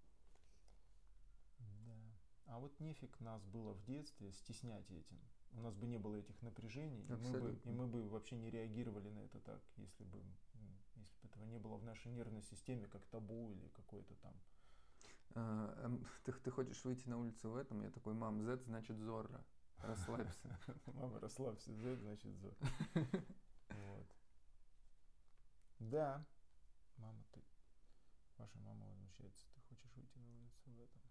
Да. А вот нефиг нас было в детстве стеснять этим. У нас бы не было этих напряжений, и мы, бы, Абсолютно. и мы бы вообще не реагировали на это так, если бы, м, если бы этого не было в нашей нервной системе, как табу или какой-то там. А, эм, ты, ты хочешь выйти на улицу в этом? Я такой, мам, Z значит Зорро. Расслабься. Мама, расслабься, Z значит Зор. Вот. Да. Мама, ты... Ваша мама возмущается, ты хочешь выйти на улицу в этом?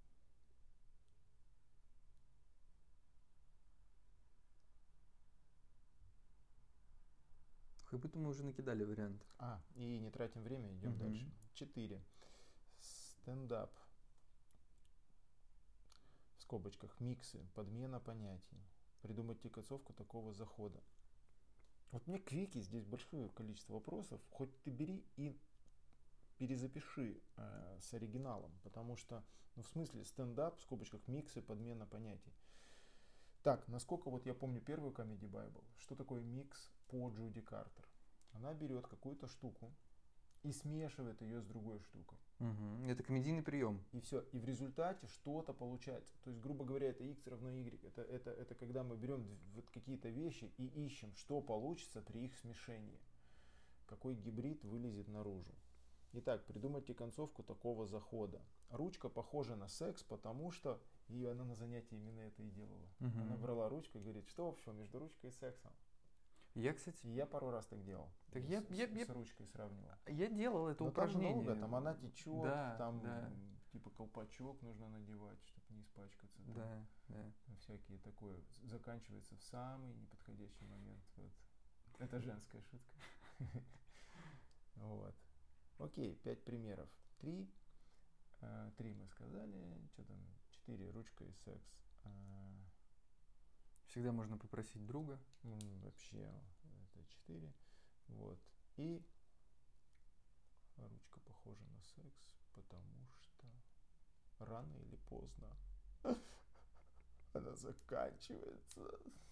Как будто мы уже накидали вариантов. А, и не тратим время, идем Мгм. дальше. Четыре. Стендап. В скобочках миксы, подмена понятий. Придумать концовку такого захода. Вот мне к Вике здесь большое количество вопросов. Хоть ты бери и перезапиши э, с оригиналом, потому что, ну в смысле, стендап, в скобочках миксы, подмена понятий. Так, насколько вот я помню первую Comedy Bible, что такое микс по Джуди Картер? Она берет какую-то штуку и смешивает ее с другой штукой. Мгм. Это комедийный прием. И все. И в результате что-то получается. То есть, грубо говоря, это x равно y. Это, это, это когда мы берем вот какие-то вещи и ищем, что получится при их смешении. Какой гибрид вылезет наружу. Итак, придумайте концовку такого захода. Ручка похожа на секс, потому что и она на занятии именно это и делала. Мгм. Она брала ручку и говорит, что общего между ручкой и сексом. Я, кстати, И я пару раз так делал. Так с, я- с- я- с я- ручкой сравнивал. я делал это Но там упражнение. много, там она течет, Да, там да, м, типа колпачок нужно надевать, чтобы не испачкаться. Там да, да. всякие такое. Заканчивается в самый неподходящий момент. Вот. Это женская шутка. Вот. Окей, пять примеров. Три. э, Три мы сказали. Что там? Четыре. Ручка и секс. Э, Всегда можно попросить друга. м, Вообще это четыре. Вот. И ручка похожа на секс, потому что рано или поздно она заканчивается.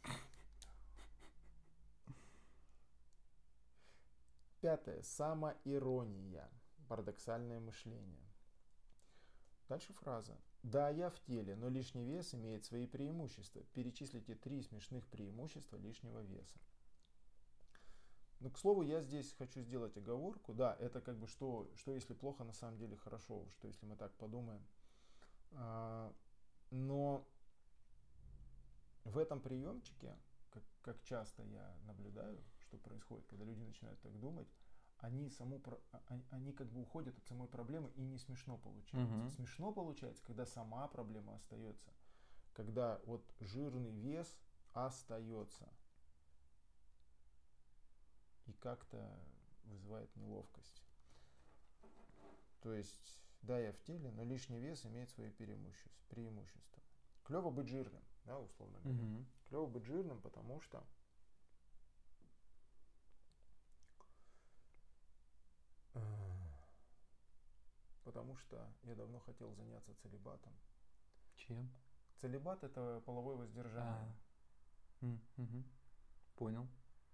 Пятое. Самоирония. Парадоксальное мышление. Дальше фраза. Да, я в теле, но лишний вес имеет свои преимущества. Перечислите три смешных преимущества лишнего веса. Ну, к слову, я здесь хочу сделать оговорку. Да, это как бы что, что если плохо, на самом деле хорошо, что если мы так подумаем. А, Но в этом приемчике, как, как часто я наблюдаю, что происходит, когда люди начинают так думать, они, саму, про- а- а- они как бы уходят от самой проблемы и не смешно получается. Мгм. Смешно получается, когда сама проблема остается. Когда вот жирный вес остается. И как-то вызывает неловкость. То есть, да, я в теле, но лишний вес имеет свои преимущества. преимущества. Клево быть жирным, да, условно говоря. Мгм. Клево быть жирным, потому что э, потому что я давно хотел заняться целибатом. Чем? Целибат это половое воздержание. А, м, мгм. Понял.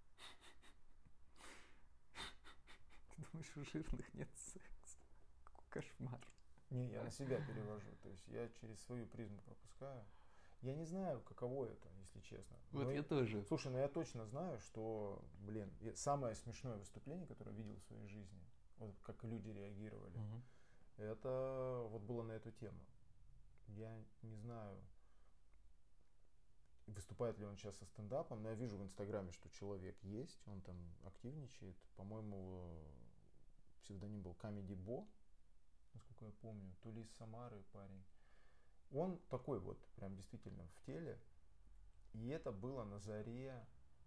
Ты думаешь, у жирных нет секса? Какой кошмар. Не, я на себя перевожу. То есть я через свою призму пропускаю. Я не знаю, каково это, если честно. Вот Но я тоже. Слушай, ну я точно знаю, что, блин, я- самое смешное выступление, которое видел в своей жизни, вот как люди реагировали, Мгм. это вот было на эту тему. Я не знаю, выступает ли он сейчас со стендапом, но я вижу в Инстаграме, что человек есть, он там активничает. По-моему, псевдоним был Comedy Bo, насколько я помню, то ли из Самары парень. Он такой вот, прям действительно в теле. И это было на заре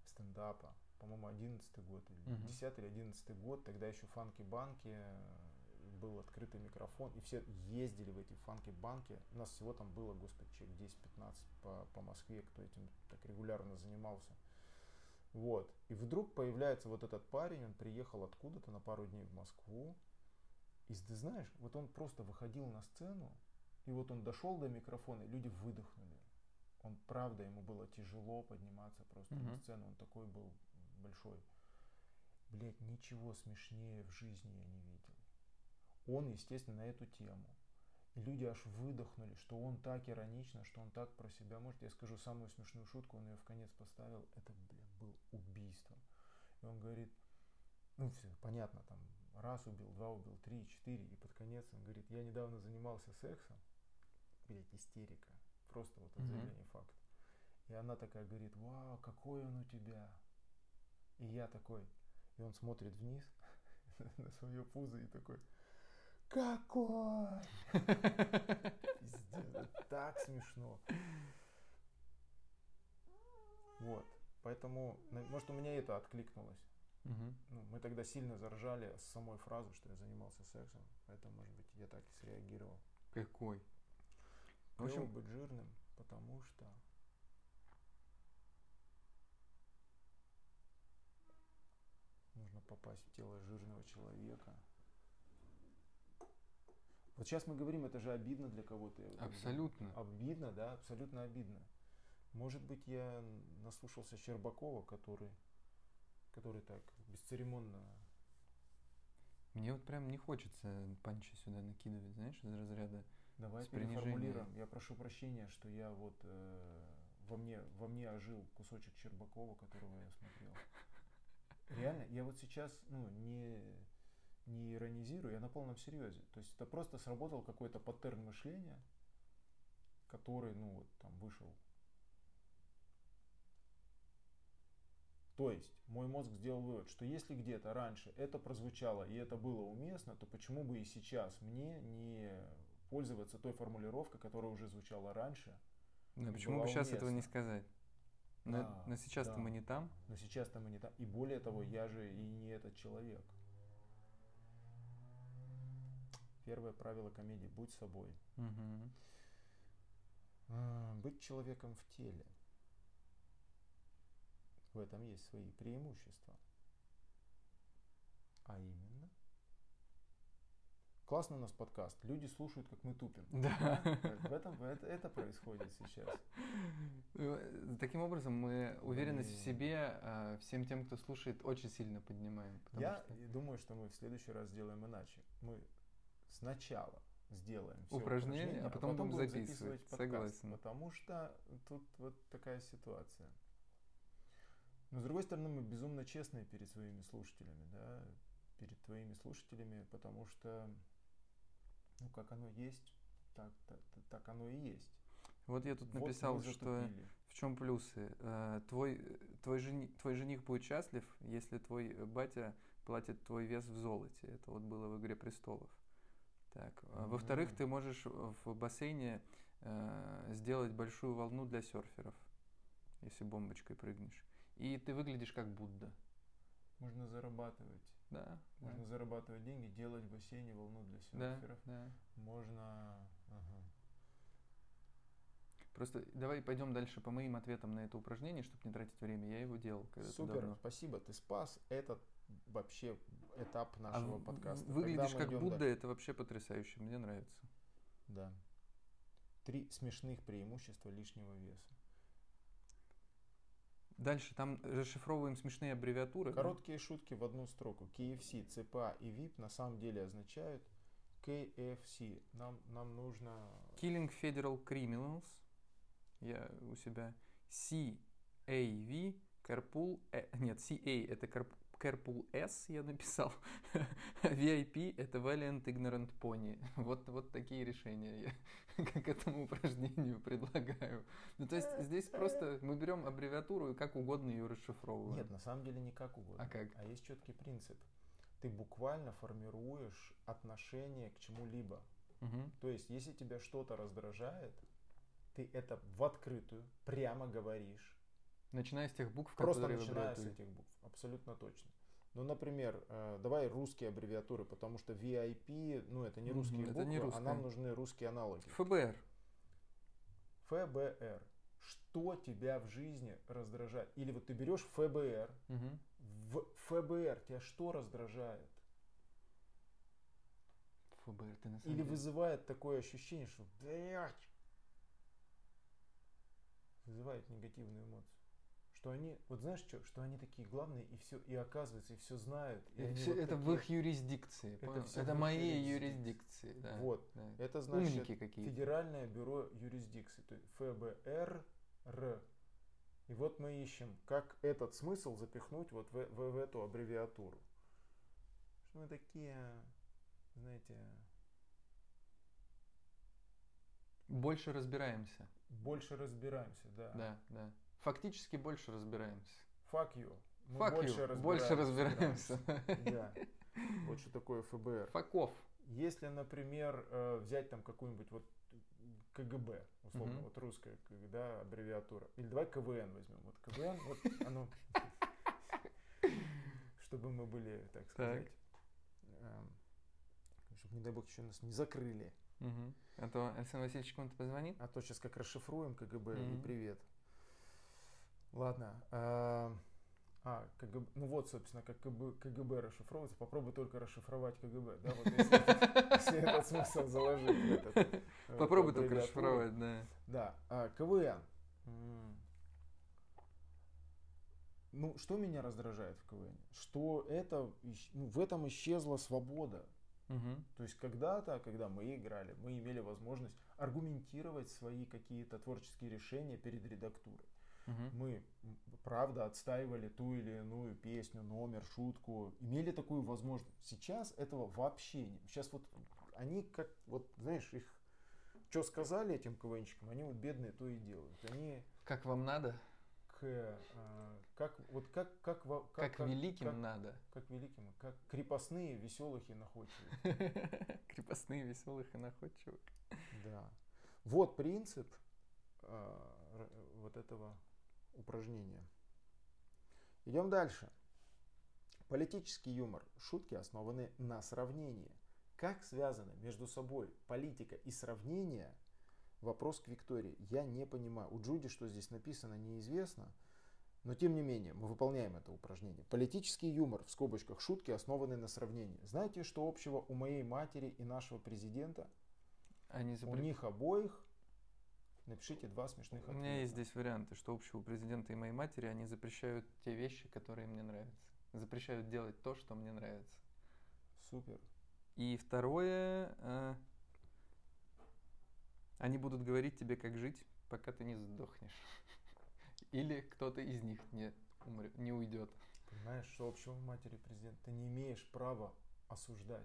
стендапа. По-моему, одиннадцатый год, или Мгм. десятый или одиннадцатый год. Тогда еще фанки-банки был открытый микрофон, и все ездили в эти фанки-банки. У нас всего там было, господи, человек десять-пятнадцать по, по Москве, кто этим так регулярно занимался. Вот. И вдруг появляется вот этот парень, он приехал откуда-то на пару дней в Москву. И ты знаешь, вот он просто выходил на сцену, и вот он дошел до микрофона, и люди выдохнули. Он, правда, ему было тяжело подниматься просто Мгм. на сцену, он такой был большой. Блять, ничего смешнее в жизни я не видел. Он, естественно, на эту тему. И люди аж выдохнули, что он так иронично, что он так про себя может. Я скажу самую смешную шутку, он ее в конец поставил. Это, блин, был убийством. И он говорит, ну все, понятно, там, раз убил, два убил, три, четыре. И под конец он говорит, я недавно занимался сексом. Блять, истерика. Просто вот от Мгм. заявления факта. И она такая говорит, вау, какой он у тебя. И я такой, и он смотрит вниз на свое пузо и такой, какой? Пиздец, это так смешно. Вот. Поэтому, на- может, у меня это откликнулось. Мгм. Ну, мы тогда сильно заржали с самой фразы, что я занимался сексом. Поэтому, может быть, я так и среагировал. Какой? В Клево общем, быть жирным, потому что нужно попасть в тело жирного человека. Вот сейчас мы говорим, это же обидно для кого-то. я вот так думаю. абсолютно. Обидно, да, абсолютно обидно. Может быть, я наслушался Щербакова, который, который так бесцеремонно. Мне вот прям не хочется панчи сюда накидывать, знаешь, из разряда Давай с принижением. переформулируем. Я прошу прощения, что я вот э, во мне во мне ожил кусочек Щербакова, которого я смотрел. Реально, я вот сейчас, ну, не не иронизирую, я на полном серьезе. То есть это просто сработал какой-то паттерн мышления, который, ну, вот там вышел. То есть мой мозг сделал вывод, что если где-то раньше это прозвучало и это было уместно, то почему бы и сейчас мне не пользоваться той формулировкой, которая уже звучала раньше Ну, и почему была бы сейчас этого не уместна? сказать? Но, Да, но сейчас-то да. мы не там. Но сейчас-то мы не там. И более того, я же и не этот человек. Первое правило комедии – будь собой. Мгм. А, Быть человеком в теле. В этом есть свои преимущества. А именно? Классно у нас подкаст. Люди слушают, как мы тупим. Да. В этом это, это происходит сейчас. Э, Таким образом, мы уверенность в Блин. себе а, всем тем, кто слушает, очень сильно поднимаем. Потому Я что думаю, что мы в следующий раз сделаем иначе. Мы сначала сделаем все упражнения, упражнения, а потом будем будем записывать. подкаст. Согласен. Потому что тут вот такая ситуация. Но с другой стороны, мы безумно честные перед своими слушателями, да, перед твоими слушателями, потому что, ну, как оно есть, так, так, так оно и есть. Вот я тут Вот написал, мы что затупили. в чем плюсы. Э, Твой, твой, жени, твой жених будет счастлив, если твой батя платит твой вес в золоте. Это вот было в «Игре престолов». Так. а Во-вторых, М. ты можешь в бассейне э, сделать большую волну для серферов, если бомбочкой прыгнешь. И ты выглядишь как Будда. Можно зарабатывать. Да, да, Можно зарабатывать деньги, делать в бассейне волну для да, серферов. да. Можно. Ага. Просто давай пойдем дальше по моим ответам на это упражнение, чтобы не тратить время. Я его делал когда-то Супер, давно. спасибо. Ты спас этот вообще этап А нашего в- подкаста. Когда выглядишь мы как идем Будда, дальше? это вообще потрясающе. Мне нравится. Да. Три смешных преимущества лишнего веса. Дальше там расшифровываем смешные аббревиатуры. да? Короткие шутки в одну строку. кей эф си, ЦПА и ви ай пи на самом деле означают кей эф си. Нам, нам нужно... Killing Federal Criminals. Я у себя си эй ви, Carpool... э, нет, си эй это Carp- Carpool S я написал. ви ай пи это Valiant Ignorant Pony. Вот, вот такие решения я к этому упражнению предлагаю. Ну, то есть здесь просто мы берем аббревиатуру и как угодно ее расшифровываем. Нет, на самом деле не как угодно. А как? А есть четкий принцип. Ты буквально формируешь отношение к чему-либо. Мгм. То есть, если тебя что-то раздражает, ты это в открытую прямо говоришь. Начиная с тех букв, Просто которые в начиная с аббревиатуре. этих букв. Абсолютно точно. Ну, например, э, давай русские аббревиатуры, потому что ви ай пи, ну, это не русские Мгм, это буквы, не а нам русское. нужны русские аналоги. эф бэ эр. эф бэ эр. Что тебя в жизни раздражает? Или вот ты берешь эф бэ эр, Мгм. в эф бэ эр тебя что раздражает? эф бэ эр, ты на самом Или деле... вызывает такое ощущение, что, блядь, вызывает негативную эмоцию. Что они, вот знаешь что, что они такие главные и все, и оказывается, и все знают. И Это, они всё- вот это в такие, их юрисдикции. это понял? всё Это в их моей юрисдикции. юрисдикции. Да, Вот, да. это значит Умники какие-то. Федеральное бюро юрисдикции, то есть эф бэ эр, Р. И вот мы ищем, как этот смысл запихнуть вот в, в, в эту аббревиатуру. Что мы такие, знаете, Больше разбираемся. больше разбираемся, да. Да, да. Фактически больше разбираемся. Fuck you. Мы Fuck больше you. разбираемся. Больше разбираемся. Да. Вот что такое эф бэ эр. Факов. Если, например, э, взять там какую-нибудь вот ка гэ бэ, условно, Мгм. вот русская, да, аббревиатура. Или давай ка вэ эн возьмем. Вот ка вэ эн, вот оно, чтобы мы были, так сказать, эм, чтобы, не дай бог, еще нас не закрыли. Мгм. А то Александр Васильевич кому-то позвонит. А то сейчас как расшифруем ка гэ бэ и Мгм. привет. Ладно. А, а, ка гэ бэ, ну вот, собственно, как ка гэ бэ расшифровывается. Попробуй только расшифровать ка гэ бэ, да, вот если, этот- если этот смысл заложить в этот, в Попробуй эту только аббревиатуру. расшифровать, да. Да, а, ка вэ эн. М. Ну, что меня раздражает в ка вэ эн? Что это, ищ- ну, в этом исчезла свобода. Мгм. То есть когда-то, когда мы играли, мы имели возможность аргументировать свои какие-то творческие решения перед редактурой. Мгм. Мы, м, правда, отстаивали ту или иную песню, номер, шутку, имели такую возможность. Сейчас этого вообще нет. Сейчас вот они как, вот знаешь, их, что сказали этим КВНщикам, они вот бедные то и делают. Они Как вам надо? к, а, как, вот как, как, во- Как, как, великим как, надо. как великим, как крепостные, веселых и находчивых. Крепостные, веселых и находчивых. Да. Вот принцип а, р- вот этого упражнения. Идем дальше. Политический юмор. Шутки основаны на сравнении. Как связаны между собой политика и сравнение? Вопрос к Виктории. Я не понимаю. У Джуди, что здесь написано, неизвестно. Но тем не менее, мы выполняем это упражнение. Политический юмор, в скобочках шутки, основаны на сравнении. Знаете, что общего у моей матери и нашего президента? Они У запре- них обоих напишите два смешных У ответа. меня есть здесь варианты, что общего у президента и моей матери, они запрещают те вещи, которые мне нравятся. Запрещают делать то, что мне нравится. Супер. И второе, э, они будут говорить тебе, как жить, пока ты не сдохнешь. Или кто-то из них не, умрет, не уйдет. Понимаешь, что общего у матери президента? Ты не имеешь права осуждать.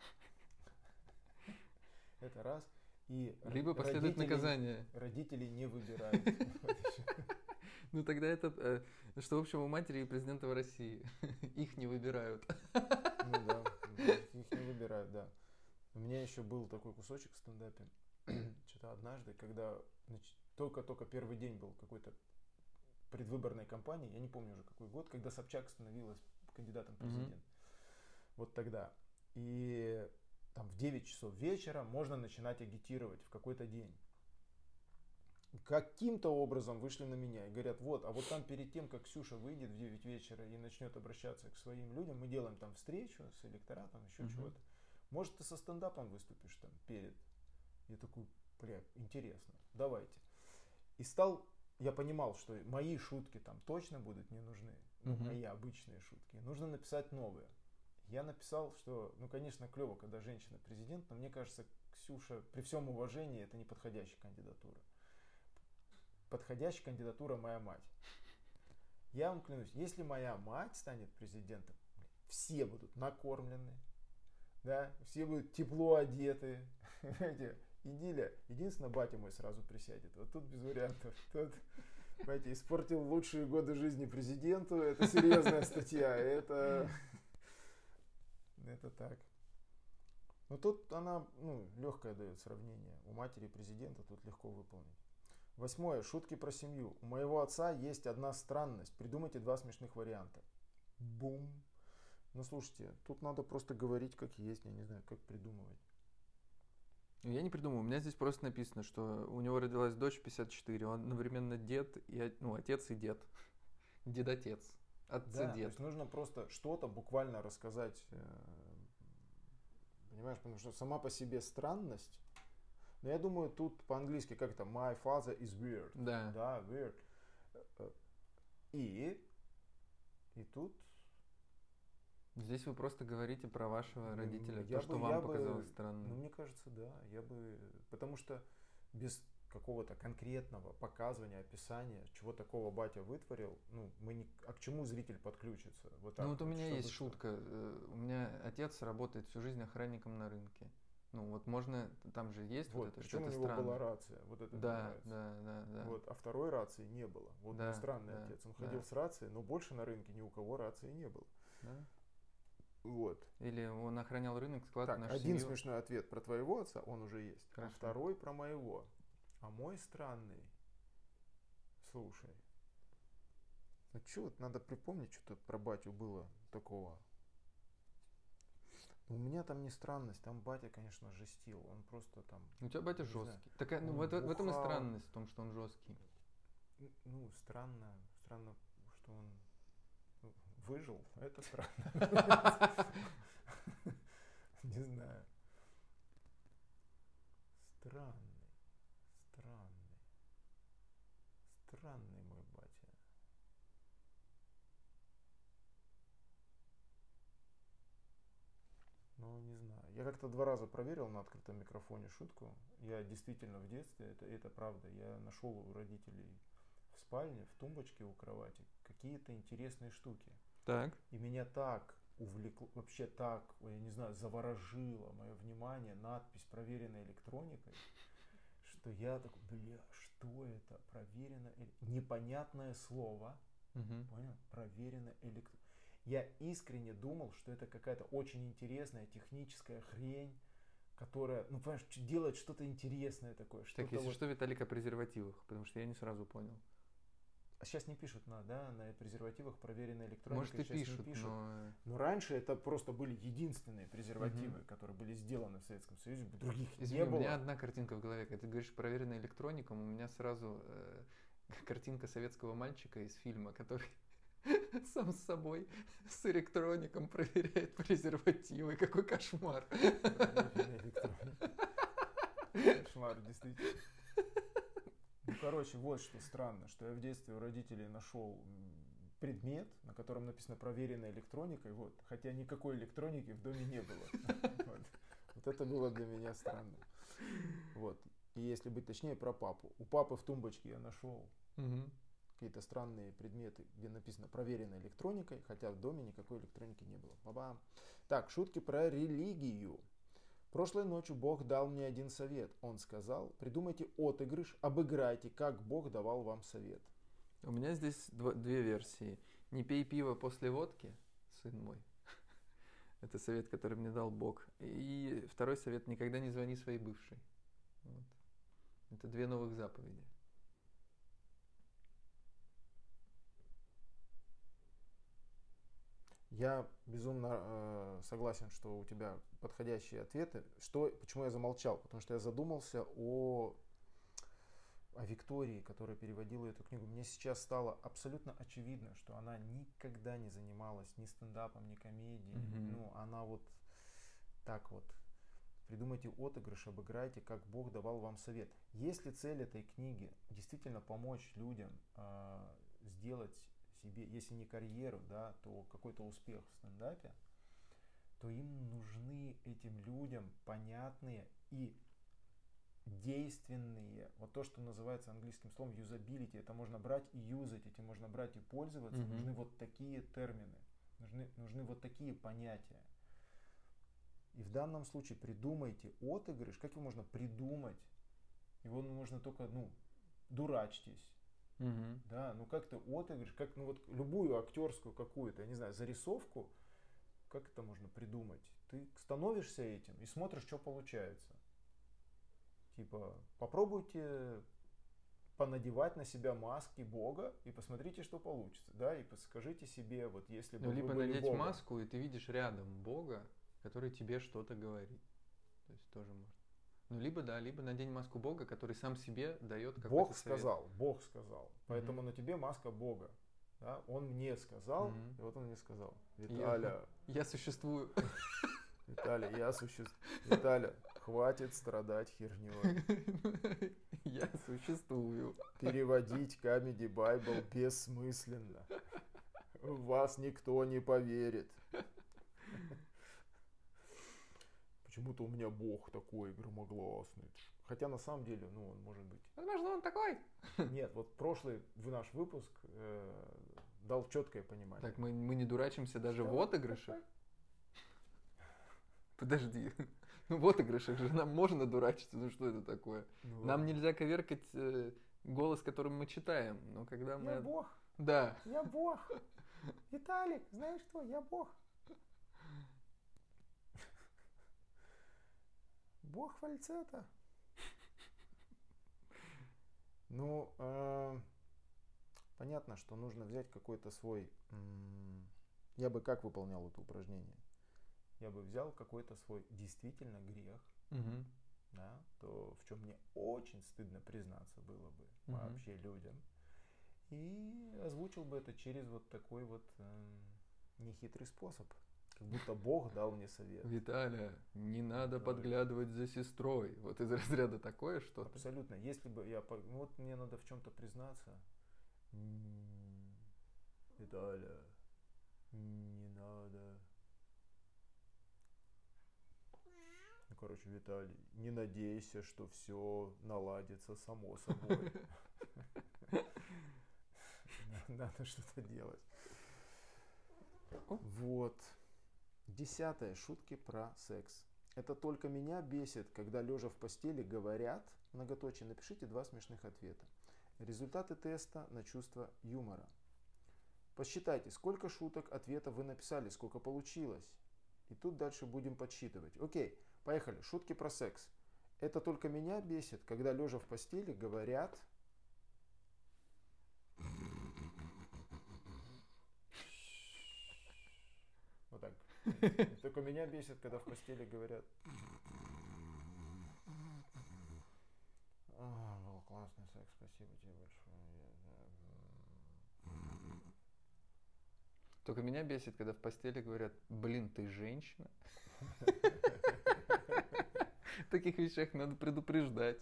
Это раз. И Либо последует родители, наказание. родители не выбирают. Вот еще. Ну тогда это, э, что общего у матери и президента в России. Их не выбирают. Ну да, их не выбирают, да. У меня еще был такой кусочек в стендапе. Что-то однажды, когда значит, только-только первый день был какой-то предвыборной кампании, я не помню уже какой год, когда Собчак становилась кандидатом в Мгм. президент. Вот тогда. И там в девять часов вечера можно начинать агитировать в какой-то день. Каким-то образом вышли на меня и говорят, вот, а вот там перед тем, как Ксюша выйдет в девять вечера и начнет обращаться к своим людям, мы делаем там встречу с электоратом, еще Мгм. чего-то. Может, ты со стендапом выступишь там перед? Я такой, бля, интересно, давайте. И стал, я понимал, что мои шутки там точно будут не нужны, ну, Мгм. мои обычные шутки. Нужно написать новые. Я написал, что, ну, конечно, клево, когда женщина президент, но мне кажется, Ксюша, при всем уважении, это не подходящая кандидатура. Подходящая кандидатура моя мать. Я вам клянусь, если моя мать станет президентом, все будут накормлены, да, все будут тепло одеты, понимаете, идиллия. Единственное, батя мой сразу присядет. Вот тут без вариантов. Тут, понимаете, испортил лучшие годы жизни президенту. Это серьезная статья. Это, это так. Но тут она, ну, легкое дает сравнение. У матери президента тут легко выполнить. Восьмое. Шутки про семью. У моего отца есть одна странность. Придумайте два смешных варианта. Бум. Ну, слушайте, тут надо просто говорить как есть, я не знаю, как придумывать. Я не придумал, у меня здесь просто написано, что у него родилась дочь в пятьдесят четыре, он одновременно дед, и, ну, отец и дед, дед-отец, Да, то отцы-дед. есть нужно просто что-то буквально рассказать, э, понимаешь, потому что сама по себе странность, но я думаю, тут по-английски как это, my father is weird, Да. да, weird, Э, и, и тут Здесь вы просто говорите про вашего м, родителя, я то, что бы, вам я бы, показалось ну, странным. мне кажется, да, я бы, потому что без какого-то конкретного показывания, описания, чего такого батя вытворил, ну, мы не, а к чему зритель подключится? Вот Ну так вот у вот, меня чтобы есть что? шутка, э, у меня отец работает всю жизнь охранником на рынке. Ну вот можно, там же есть вот Вот, это, что причем у это него была странно. рация, вот это мне Да, нравится. да, да, да, Вот, а второй рации не было. Вот мой да, странный да, отец, он ходил да, с рацией, но больше на рынке ни у кого рации не было. да. Вот. Или он охранял рынок, склад, Так, нашу один семью. смешной ответ про твоего отца, он уже есть, а Хорошо. второй про моего. А мой странный, слушай, ну что, вот надо припомнить, что-то про батю было такого. У меня там не странность, там батя, конечно, жестил, он просто там, У тебя батя не знаю, жесткий. Так, ну, он в, это- в этом и бухал. странность, в том, что он жесткий. Ну, странно, странно, что он ну, выжил, это странно. Не знаю. Странный, странный, странный мой батя. Ну, не знаю. Я как-то два раза проверил на открытом микрофоне шутку. Я действительно в детстве, это, это правда, я нашел у родителей в спальне, в тумбочке у кровати какие-то интересные штуки. Так. И меня так увлекло, вообще так, я не знаю, заворожило мое внимание надпись «Проверена электроникой», что я такой, бля, что это? Проверено, непонятное слово, Угу. понял? Проверено электроникой. Я искренне думал, что это какая-то очень интересная техническая хрень, которая, ну, понимаешь, делает что-то интересное такое. Так, Что-то если вот... что, Виталик, о презервативах, потому что я не сразу понял. А сейчас не пишут на, да, на презервативах проверенная электроника. Может, и Сейчас не пишут, пишут. но... Но раньше это просто были единственные презервативы, Мгм. которые были сделаны в Советском Союзе, других Извини, не у было. меня одна картинка в голове. Когда ты говоришь проверенная электроником, у меня сразу э, картинка советского мальчика из фильма, который сам с собой с электроником проверяет презервативы. Какой кошмар. Проверенная электроника. Кошмар, действительно. Ну, короче, вот что странно, что я в детстве у родителей нашел предмет, на котором написано «проверенная электроникой», вот, хотя никакой электроники в доме не было. Вот. Вот это было для меня странно. Вот. И если быть точнее, про папу. У папы в тумбочке я нашел Мгм. какие-то странные предметы, где написано «проверенная электроникой», хотя в доме никакой электроники не было. Ба-бам. Так, шутки про религию. Прошлой ночью Бог дал мне один совет. Он сказал, придумайте отыгрыш, обыграйте, как Бог давал вам совет. У меня здесь дво- две версии. Не пей пиво после водки, сын мой. Это совет, который мне дал Бог. И второй совет: никогда не звони своей бывшей. Вот. Это две новых заповеди. Я безумно э, согласен, что у тебя подходящие ответы. Что, почему я замолчал? Потому что я задумался о, о Виктории, которая переводила эту книгу. Мне сейчас стало абсолютно очевидно, что она никогда не занималась ни стендапом, ни комедией. Мгм. Ну, она вот так вот. Придумайте отыгрыш, обыграйте, как Бог давал вам совет. Если цель этой книги действительно помочь людям э, сделать себе, если не карьеру, да, то какой-то успех в стендапе, то им нужны этим людям понятные и действенные, вот то, что называется английским словом юзабилити, это можно брать и юзать, этим можно брать и пользоваться, Мгм. нужны вот такие термины, нужны, нужны вот такие понятия. И в данном случае придумайте отыгрыш. Как его можно придумать? Его можно только, ну, дурачьтесь. Мгм. Да, ну как-то отыгрыш, как, ну вот любую актерскую какую-то, я не знаю, зарисовку, как это можно придумать? Ты становишься этим и смотришь, что получается. Типа, попробуйте понадевать на себя маски Бога и посмотрите, что получится, да, и скажите себе, вот если бы Ну, вы либо были надеть Богом. маску, и ты видишь рядом Бога, который тебе что-то говорит. То есть тоже можно. Ну, либо да, либо надень маску Бога, который сам себе дает какой-то Бог совет. сказал, Бог сказал, поэтому Мгм. на тебе маска Бога. Да? Он мне сказал, Мгм. и вот он мне сказал, Я, Виталя, я существую. Виталя, я существую. Виталя, хватит страдать херней. Я существую. Переводить Comedy Bible бессмысленно. В вас никто не поверит. Почему-то у меня Бог такой громогласный. Хотя на самом деле, ну, он может быть. Возможно, он такой. Нет, вот прошлый в наш выпуск э, дал четкое понимание. Так, мы, мы не дурачимся даже Что в отыгрышах. такое? Подожди. Ну, в отыгрышах же нам можно дурачиться. Ну, что это такое? Ну, Нам ладно. нельзя коверкать э, голос, которым мы читаем. Но когда мы... Я Бог, Да. я Бог. Виталик, знаешь что, я Бог. Бог фальцета. Ну, э, понятно, что нужно взять какой-то свой... м, Я бы как выполнял это упражнение? Я бы взял какой-то свой действительно грех, Мгм. да, то, в чем мне очень стыдно признаться было бы Мгм. вообще людям, и озвучил бы это через вот такой вот э, нехитрый способ. Как будто Бог дал мне совет. Виталя, не надо Виталя. подглядывать за сестрой. Вот из разряда такое что-то. Абсолютно. Если бы я... по- ну вот мне надо в чем-то признаться. М, Виталя, не надо. Ну, короче, Виталий, не надейся, что все наладится само собой. Надо что-то делать. Вот. Десятое. Шутки про секс. Это только меня бесит, когда лежа в постели говорят, многоточие, напишите два смешных ответа. Результаты теста на чувство юмора. Посчитайте, сколько шуток, ответов вы написали, сколько получилось. И тут дальше будем подсчитывать. Окей, поехали. Шутки про секс. Это только меня бесит, когда лежа в постели говорят... Вот так. Только меня бесит, когда в постели говорят... А, был классный секс, спасибо тебе большое. Только меня бесит, когда в постели говорят, блин, ты женщина. В таких вещах надо предупреждать.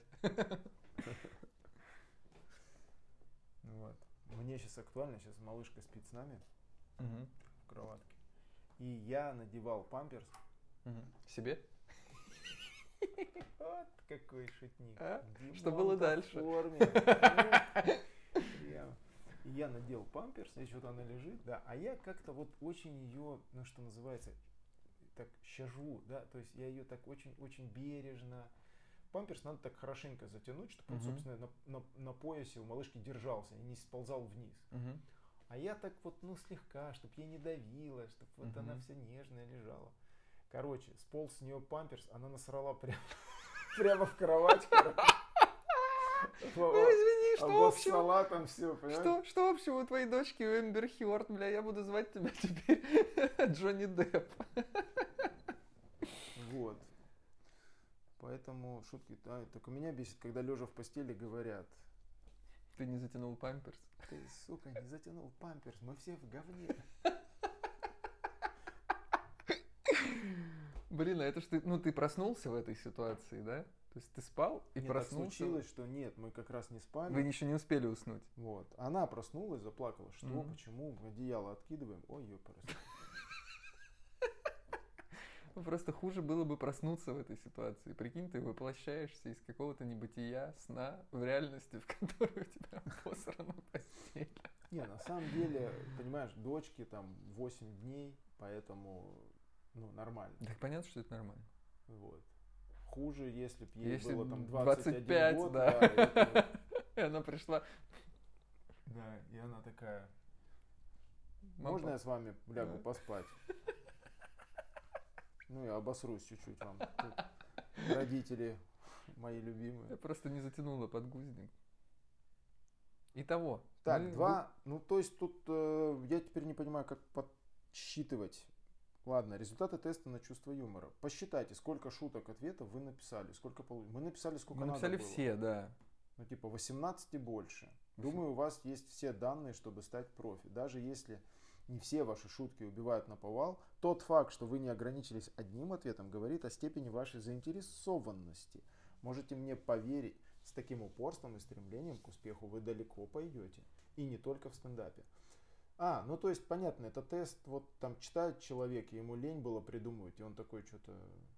Вот. Мне сейчас актуально, сейчас малышка спит с нами Мгм. в кроватке. И я надевал памперс. Мгм. Себе? Вот какой шутник. А? Димонка Что было в дальше? форме. Прям. И я надел памперс, и что-то она лежит, да, а я как-то вот очень ее, ну что называется, так щажу, да, то есть я ее так очень-очень бережно. Памперс надо так хорошенько затянуть, чтобы он, Мгм. собственно, на, на- на поясе у малышки держался и не сползал вниз. Мгм. А я так вот, ну, слегка, чтобы ей не давила, чтобы вот Мгм. она вся нежная лежала. Короче, сполз с нее памперс, она насрала прямо, прямо в кровать. Ну, извини, что общего? Обоссала там все, понимаешь? Что, что общего у твоей дочки у Эмбер Хёрд, бля, я буду звать тебя теперь Джонни Депп. Вот. Поэтому шутки... А, только меня бесит, когда лежа в постели говорят: Ты не затянул памперс? ты, сука, не затянул памперс, мы все в говне. Блин, а это ж ты, ну ты проснулся в этой ситуации, да? То есть ты спал и Нет, так проснулся? случилось, что нет, мы как раз не спали. Вы еще не успели уснуть. Вот. Она проснулась, заплакала. Что, Мгм. почему? Одеяло откидываем. Ой, ёпарас. Ну, просто хуже было бы проснуться в этой ситуации. Прикинь, ты воплощаешься из какого-то небытия, сна в реальности, в которой у тебя посрана постель. Не, на самом деле, понимаешь, дочке там восемь дней, поэтому, ну, нормально. Так понятно, что это нормально. Вот. Хуже, если бы ей Если было там двадцать двадцать один пять, год, да. да, это- И она пришла. да, и она такая: «Мам, можно пап, я с вами лягу Да. поспать? Ну, я обосрусь чуть-чуть вам. Тут родители мои Я любимые. просто не затянула подгузник. Итого. Так, мы два, ну то есть тут э, я теперь не понимаю, как подсчитывать. Ладно, результаты теста на чувство юмора. Посчитайте, сколько шуток ответов вы написали, сколько полу- Мы написали, сколько Мы надо написали было. все, да. Ну типа восемнадцать и больше. Думаю, у вас есть все данные, чтобы стать профи. Даже если не все ваши шутки убивают наповал, тот факт, что вы не ограничились одним ответом, говорит о степени вашей заинтересованности. Можете мне поверить, с таким упорством и стремлением к успеху вы далеко пойдете. И не только в стендапе. А, ну то есть понятно, это тест, вот там читает человек, и ему лень было придумывать, и он такой что-то...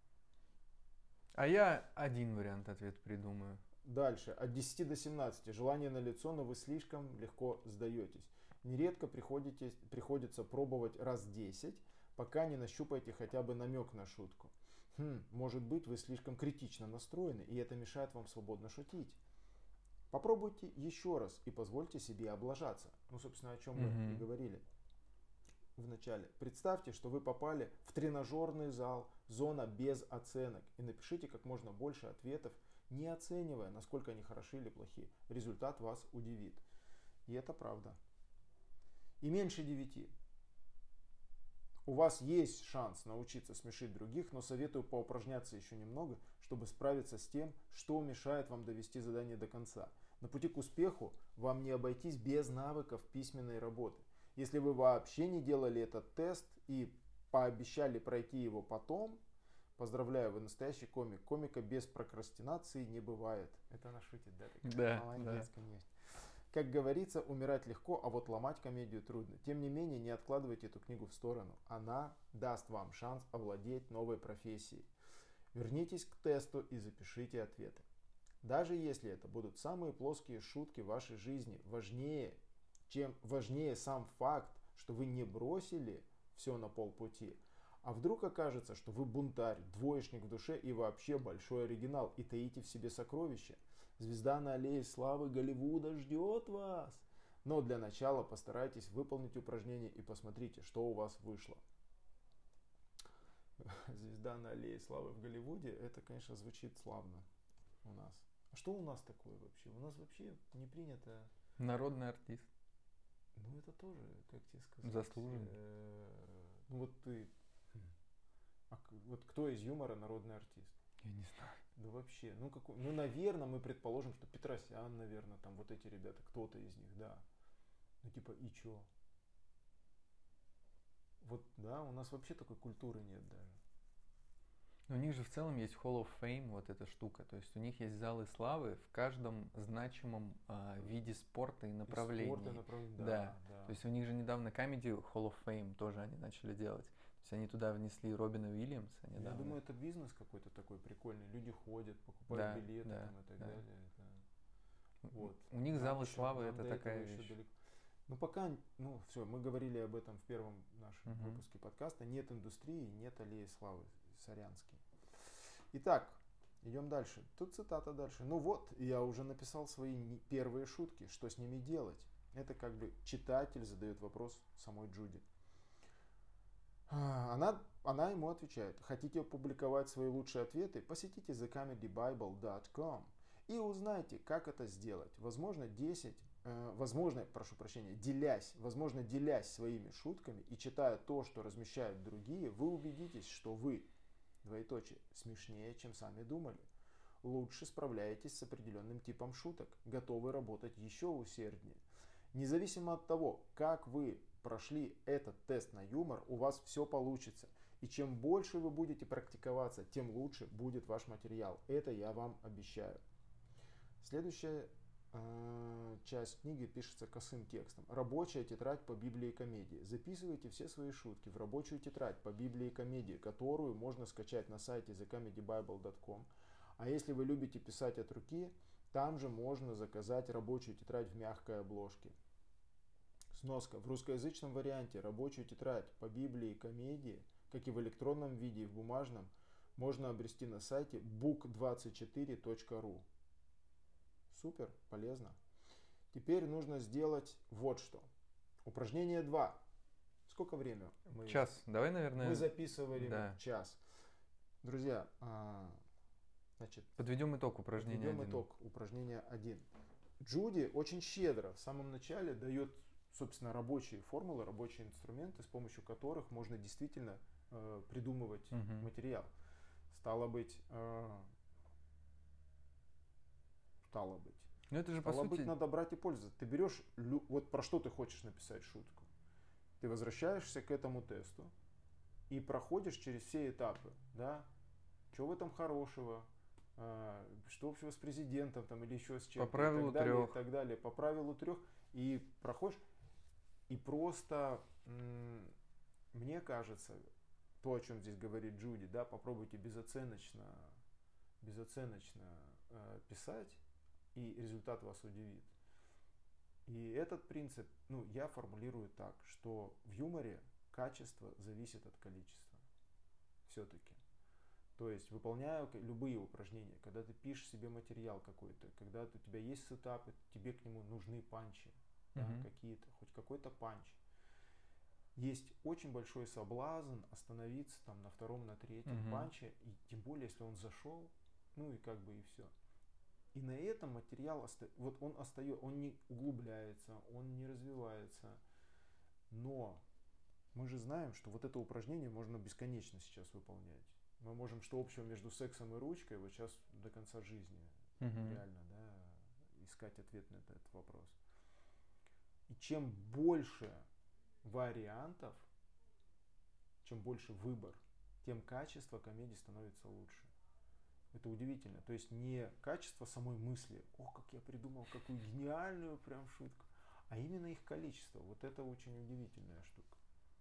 А я один вариант ответа придумаю. Дальше, от десяти до семнадцати. Желание налицо, но вы слишком легко сдаетесь. Нередко приходите, приходится пробовать раз десять, пока не нащупаете хотя бы намек на шутку. Хм, может быть, вы слишком критично настроены, и это мешает вам свободно шутить. Попробуйте еще раз и позвольте себе облажаться. Ну, собственно, о чем мы Мгм. и говорили в начале. Представьте, что вы попали в тренажерный зал, зона без оценок, и напишите как можно больше ответов, не оценивая, насколько они хороши или плохи. Результат вас удивит. И это правда. И меньше девяти. У вас есть шанс научиться смешить других, но советую поупражняться еще немного, чтобы справиться с тем, что мешает вам довести задание до конца. На пути к успеху вам не обойтись без навыков письменной работы. Если вы вообще не делали этот тест и пообещали пройти его потом, поздравляю, вы настоящий комик. Комика без прокрастинации не бывает. Это она шутит, да? Такая? Да, Молодец, да. конечно. Как говорится, умирать легко, а вот ломать комедию трудно. Тем не менее, не откладывайте эту книгу в сторону. Она даст вам шанс овладеть новой профессией. Вернитесь к тесту и запишите ответы. Даже если это будут самые плоские шутки в вашей жизни, важнее, чем важнее сам факт, что вы не бросили все на полпути. А вдруг окажется, что вы бунтарь, двоечник в душе и вообще большой оригинал и таите в себе сокровища. Звезда на аллее славы Голливуда ждет вас. Но для начала постарайтесь выполнить упражнение и посмотрите, что у вас вышло. Звезда на аллее славы в Голливуде, это, конечно, звучит славно у нас. А что у нас такое вообще? У нас вообще не принято... Народный артист. Ну, это тоже, как тебе сказать... Заслуженный. э, Ну, вот ты... А к- вот кто из юмора народный артист? Я не знаю. Да вообще, ну, какой, ну, наверное, мы предположим, что Петросян, наверное, там вот эти ребята, кто-то из них, да. Ну, типа, и чё? Вот, да, у нас вообще такой культуры нет даже. У них же в целом есть Hall of Fame, вот эта штука. То есть у них есть залы славы в каждом значимом а, виде спорта и направлении. И спорт, и направление, да, Да. да. То есть у них же недавно Comedy Hall of Fame тоже они начали делать. То есть они туда внесли Робина Уильямса Я недавно. думаю, это бизнес какой-то такой прикольный. Люди ходят, покупают Да, билеты да, там и так да. далее. Это... Вот. У них Нам залы еще- славы нам это до такая этого еще вещь. далеко. Ну, пока, ну, все, мы говорили об этом в первом нашем Мгм. выпуске подкаста. Нет индустрии, нет аллеи славы. Сорянский. Итак, идем дальше. Тут цитата дальше. Ну вот, я уже написал свои не- первые шутки. Что с ними делать? Это как бы читатель задает вопрос самой Джуди. А, Она, она ему отвечает. Хотите опубликовать свои лучшие ответы? Посетите the comedy bible dot com и узнайте, как это сделать. Возможно, десять, э, возможно, прошу прощения, делясь, возможно, делясь своими шутками и читая то, что размещают другие, вы убедитесь, что вы, двоеточие, смешнее, чем сами думали. Лучше справляетесь с определенным типом шуток, готовы работать еще усерднее. Независимо от того, как вы прошли этот тест на юмор, у вас все получится. И чем больше вы будете практиковаться, тем лучше будет ваш материал. Это я вам обещаю. Следующая э, часть книги пишется косым текстом. Рабочая тетрадь по Библии и комедии. Записывайте все свои шутки в рабочую тетрадь по Библии и комедии, которую можно скачать на сайте the comedy bible dot com. А если вы любите писать от руки, там же можно заказать рабочую тетрадь в мягкой обложке. Сноска. В русскоязычном варианте рабочую тетрадь по Библии и комедии, как и в электронном виде и в бумажном, можно обрести на сайте бук двадцать четыре точка ру. Супер, полезно. Теперь нужно сделать вот что. Упражнение два. Сколько время? Мы, Час. Давай, наверное, мы записывали да. час. Друзья, а, значит, подведем итог упражнения подведем один. итог. Упражнение один. Джуди очень щедро в самом начале дает, собственно, рабочие формулы, рабочие инструменты, с помощью которых можно действительно э, придумывать Мгм. материал. Стало быть, э, стало быть, Ну это же по стало быть, сути... надо брать и пользоваться. Ты берешь, лю- вот про что ты хочешь написать шутку. Ты возвращаешься к этому тесту и проходишь через все этапы, да, что в этом хорошего, а, что общего с президентом там, или еще с чем-то, По правилу и так далее, трех. и так далее, по правилу трех, и проходишь, и просто, м, мне кажется, то, о чем здесь говорит Джуди, да, попробуйте безоценочно, безоценочно э, писать, и результат вас удивит. И этот принцип, ну, я формулирую так, что в юморе качество зависит от количества. Все-таки. То есть, выполняя любые упражнения, когда ты пишешь себе материал какой-то, когда у тебя есть сетапы, тебе к нему нужны панчи, да, Мгм. какие-то, хоть какой-то панч. Есть очень большой соблазн остановиться там на втором, на третьем Мгм. панче, и тем более, если он зашел, ну и как бы и все. И на этом материал, оста- вот он остается, он не углубляется, он не развивается. Но мы же знаем, что вот это упражнение можно бесконечно сейчас выполнять. Мы можем, что общего между сексом и ручкой, вот сейчас до конца жизни Мгм. реально, да, искать ответ на этот вопрос. И чем больше вариантов, чем больше выбор, тем качество комедии становится лучше. Это удивительно. То есть не качество самой мысли, о, как я придумал, какую гениальную прям шутку, а именно их количество. Вот это очень удивительная штука.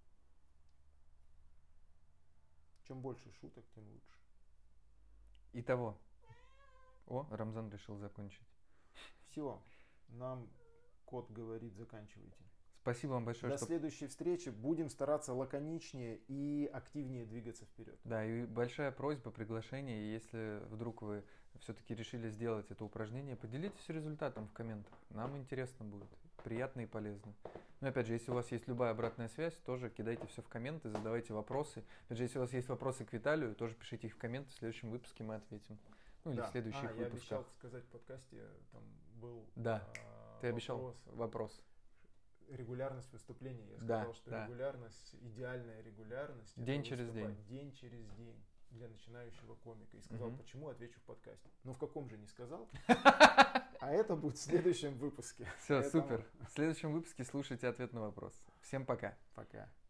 Чем больше шуток, тем лучше. Итого. О, Рамзан решил закончить. Все, нам кот говорит, заканчивайте. Спасибо вам большое, До что... следующей встречи. Будем стараться лаконичнее и активнее двигаться вперед. Да, и большая просьба, приглашение, если вдруг вы все-таки решили сделать это упражнение, поделитесь результатом в комментах. Нам интересно будет, приятно и полезно. Но опять же, если у вас есть любая обратная связь, тоже кидайте все в комменты, задавайте вопросы. Опять же, если у вас есть вопросы к Виталию, тоже пишите их в комменты, в следующем выпуске мы ответим. Ну или Да. в следующих а, я выпусках. обещал сказать в подкасте, там был Да, а, ты обещал вопрос, вопрос. Регулярность выступлений. Я Да, сказал, что да. регулярность, идеальная регулярность, День это через выступать день. день через день для начинающего комика. И сказал, Мгм. почему, отвечу в подкасте. Ну в каком же не сказал. А это будет в следующем выпуске. Все, Поэтому супер. В следующем выпуске слушайте ответ на вопрос. Всем пока. Пока.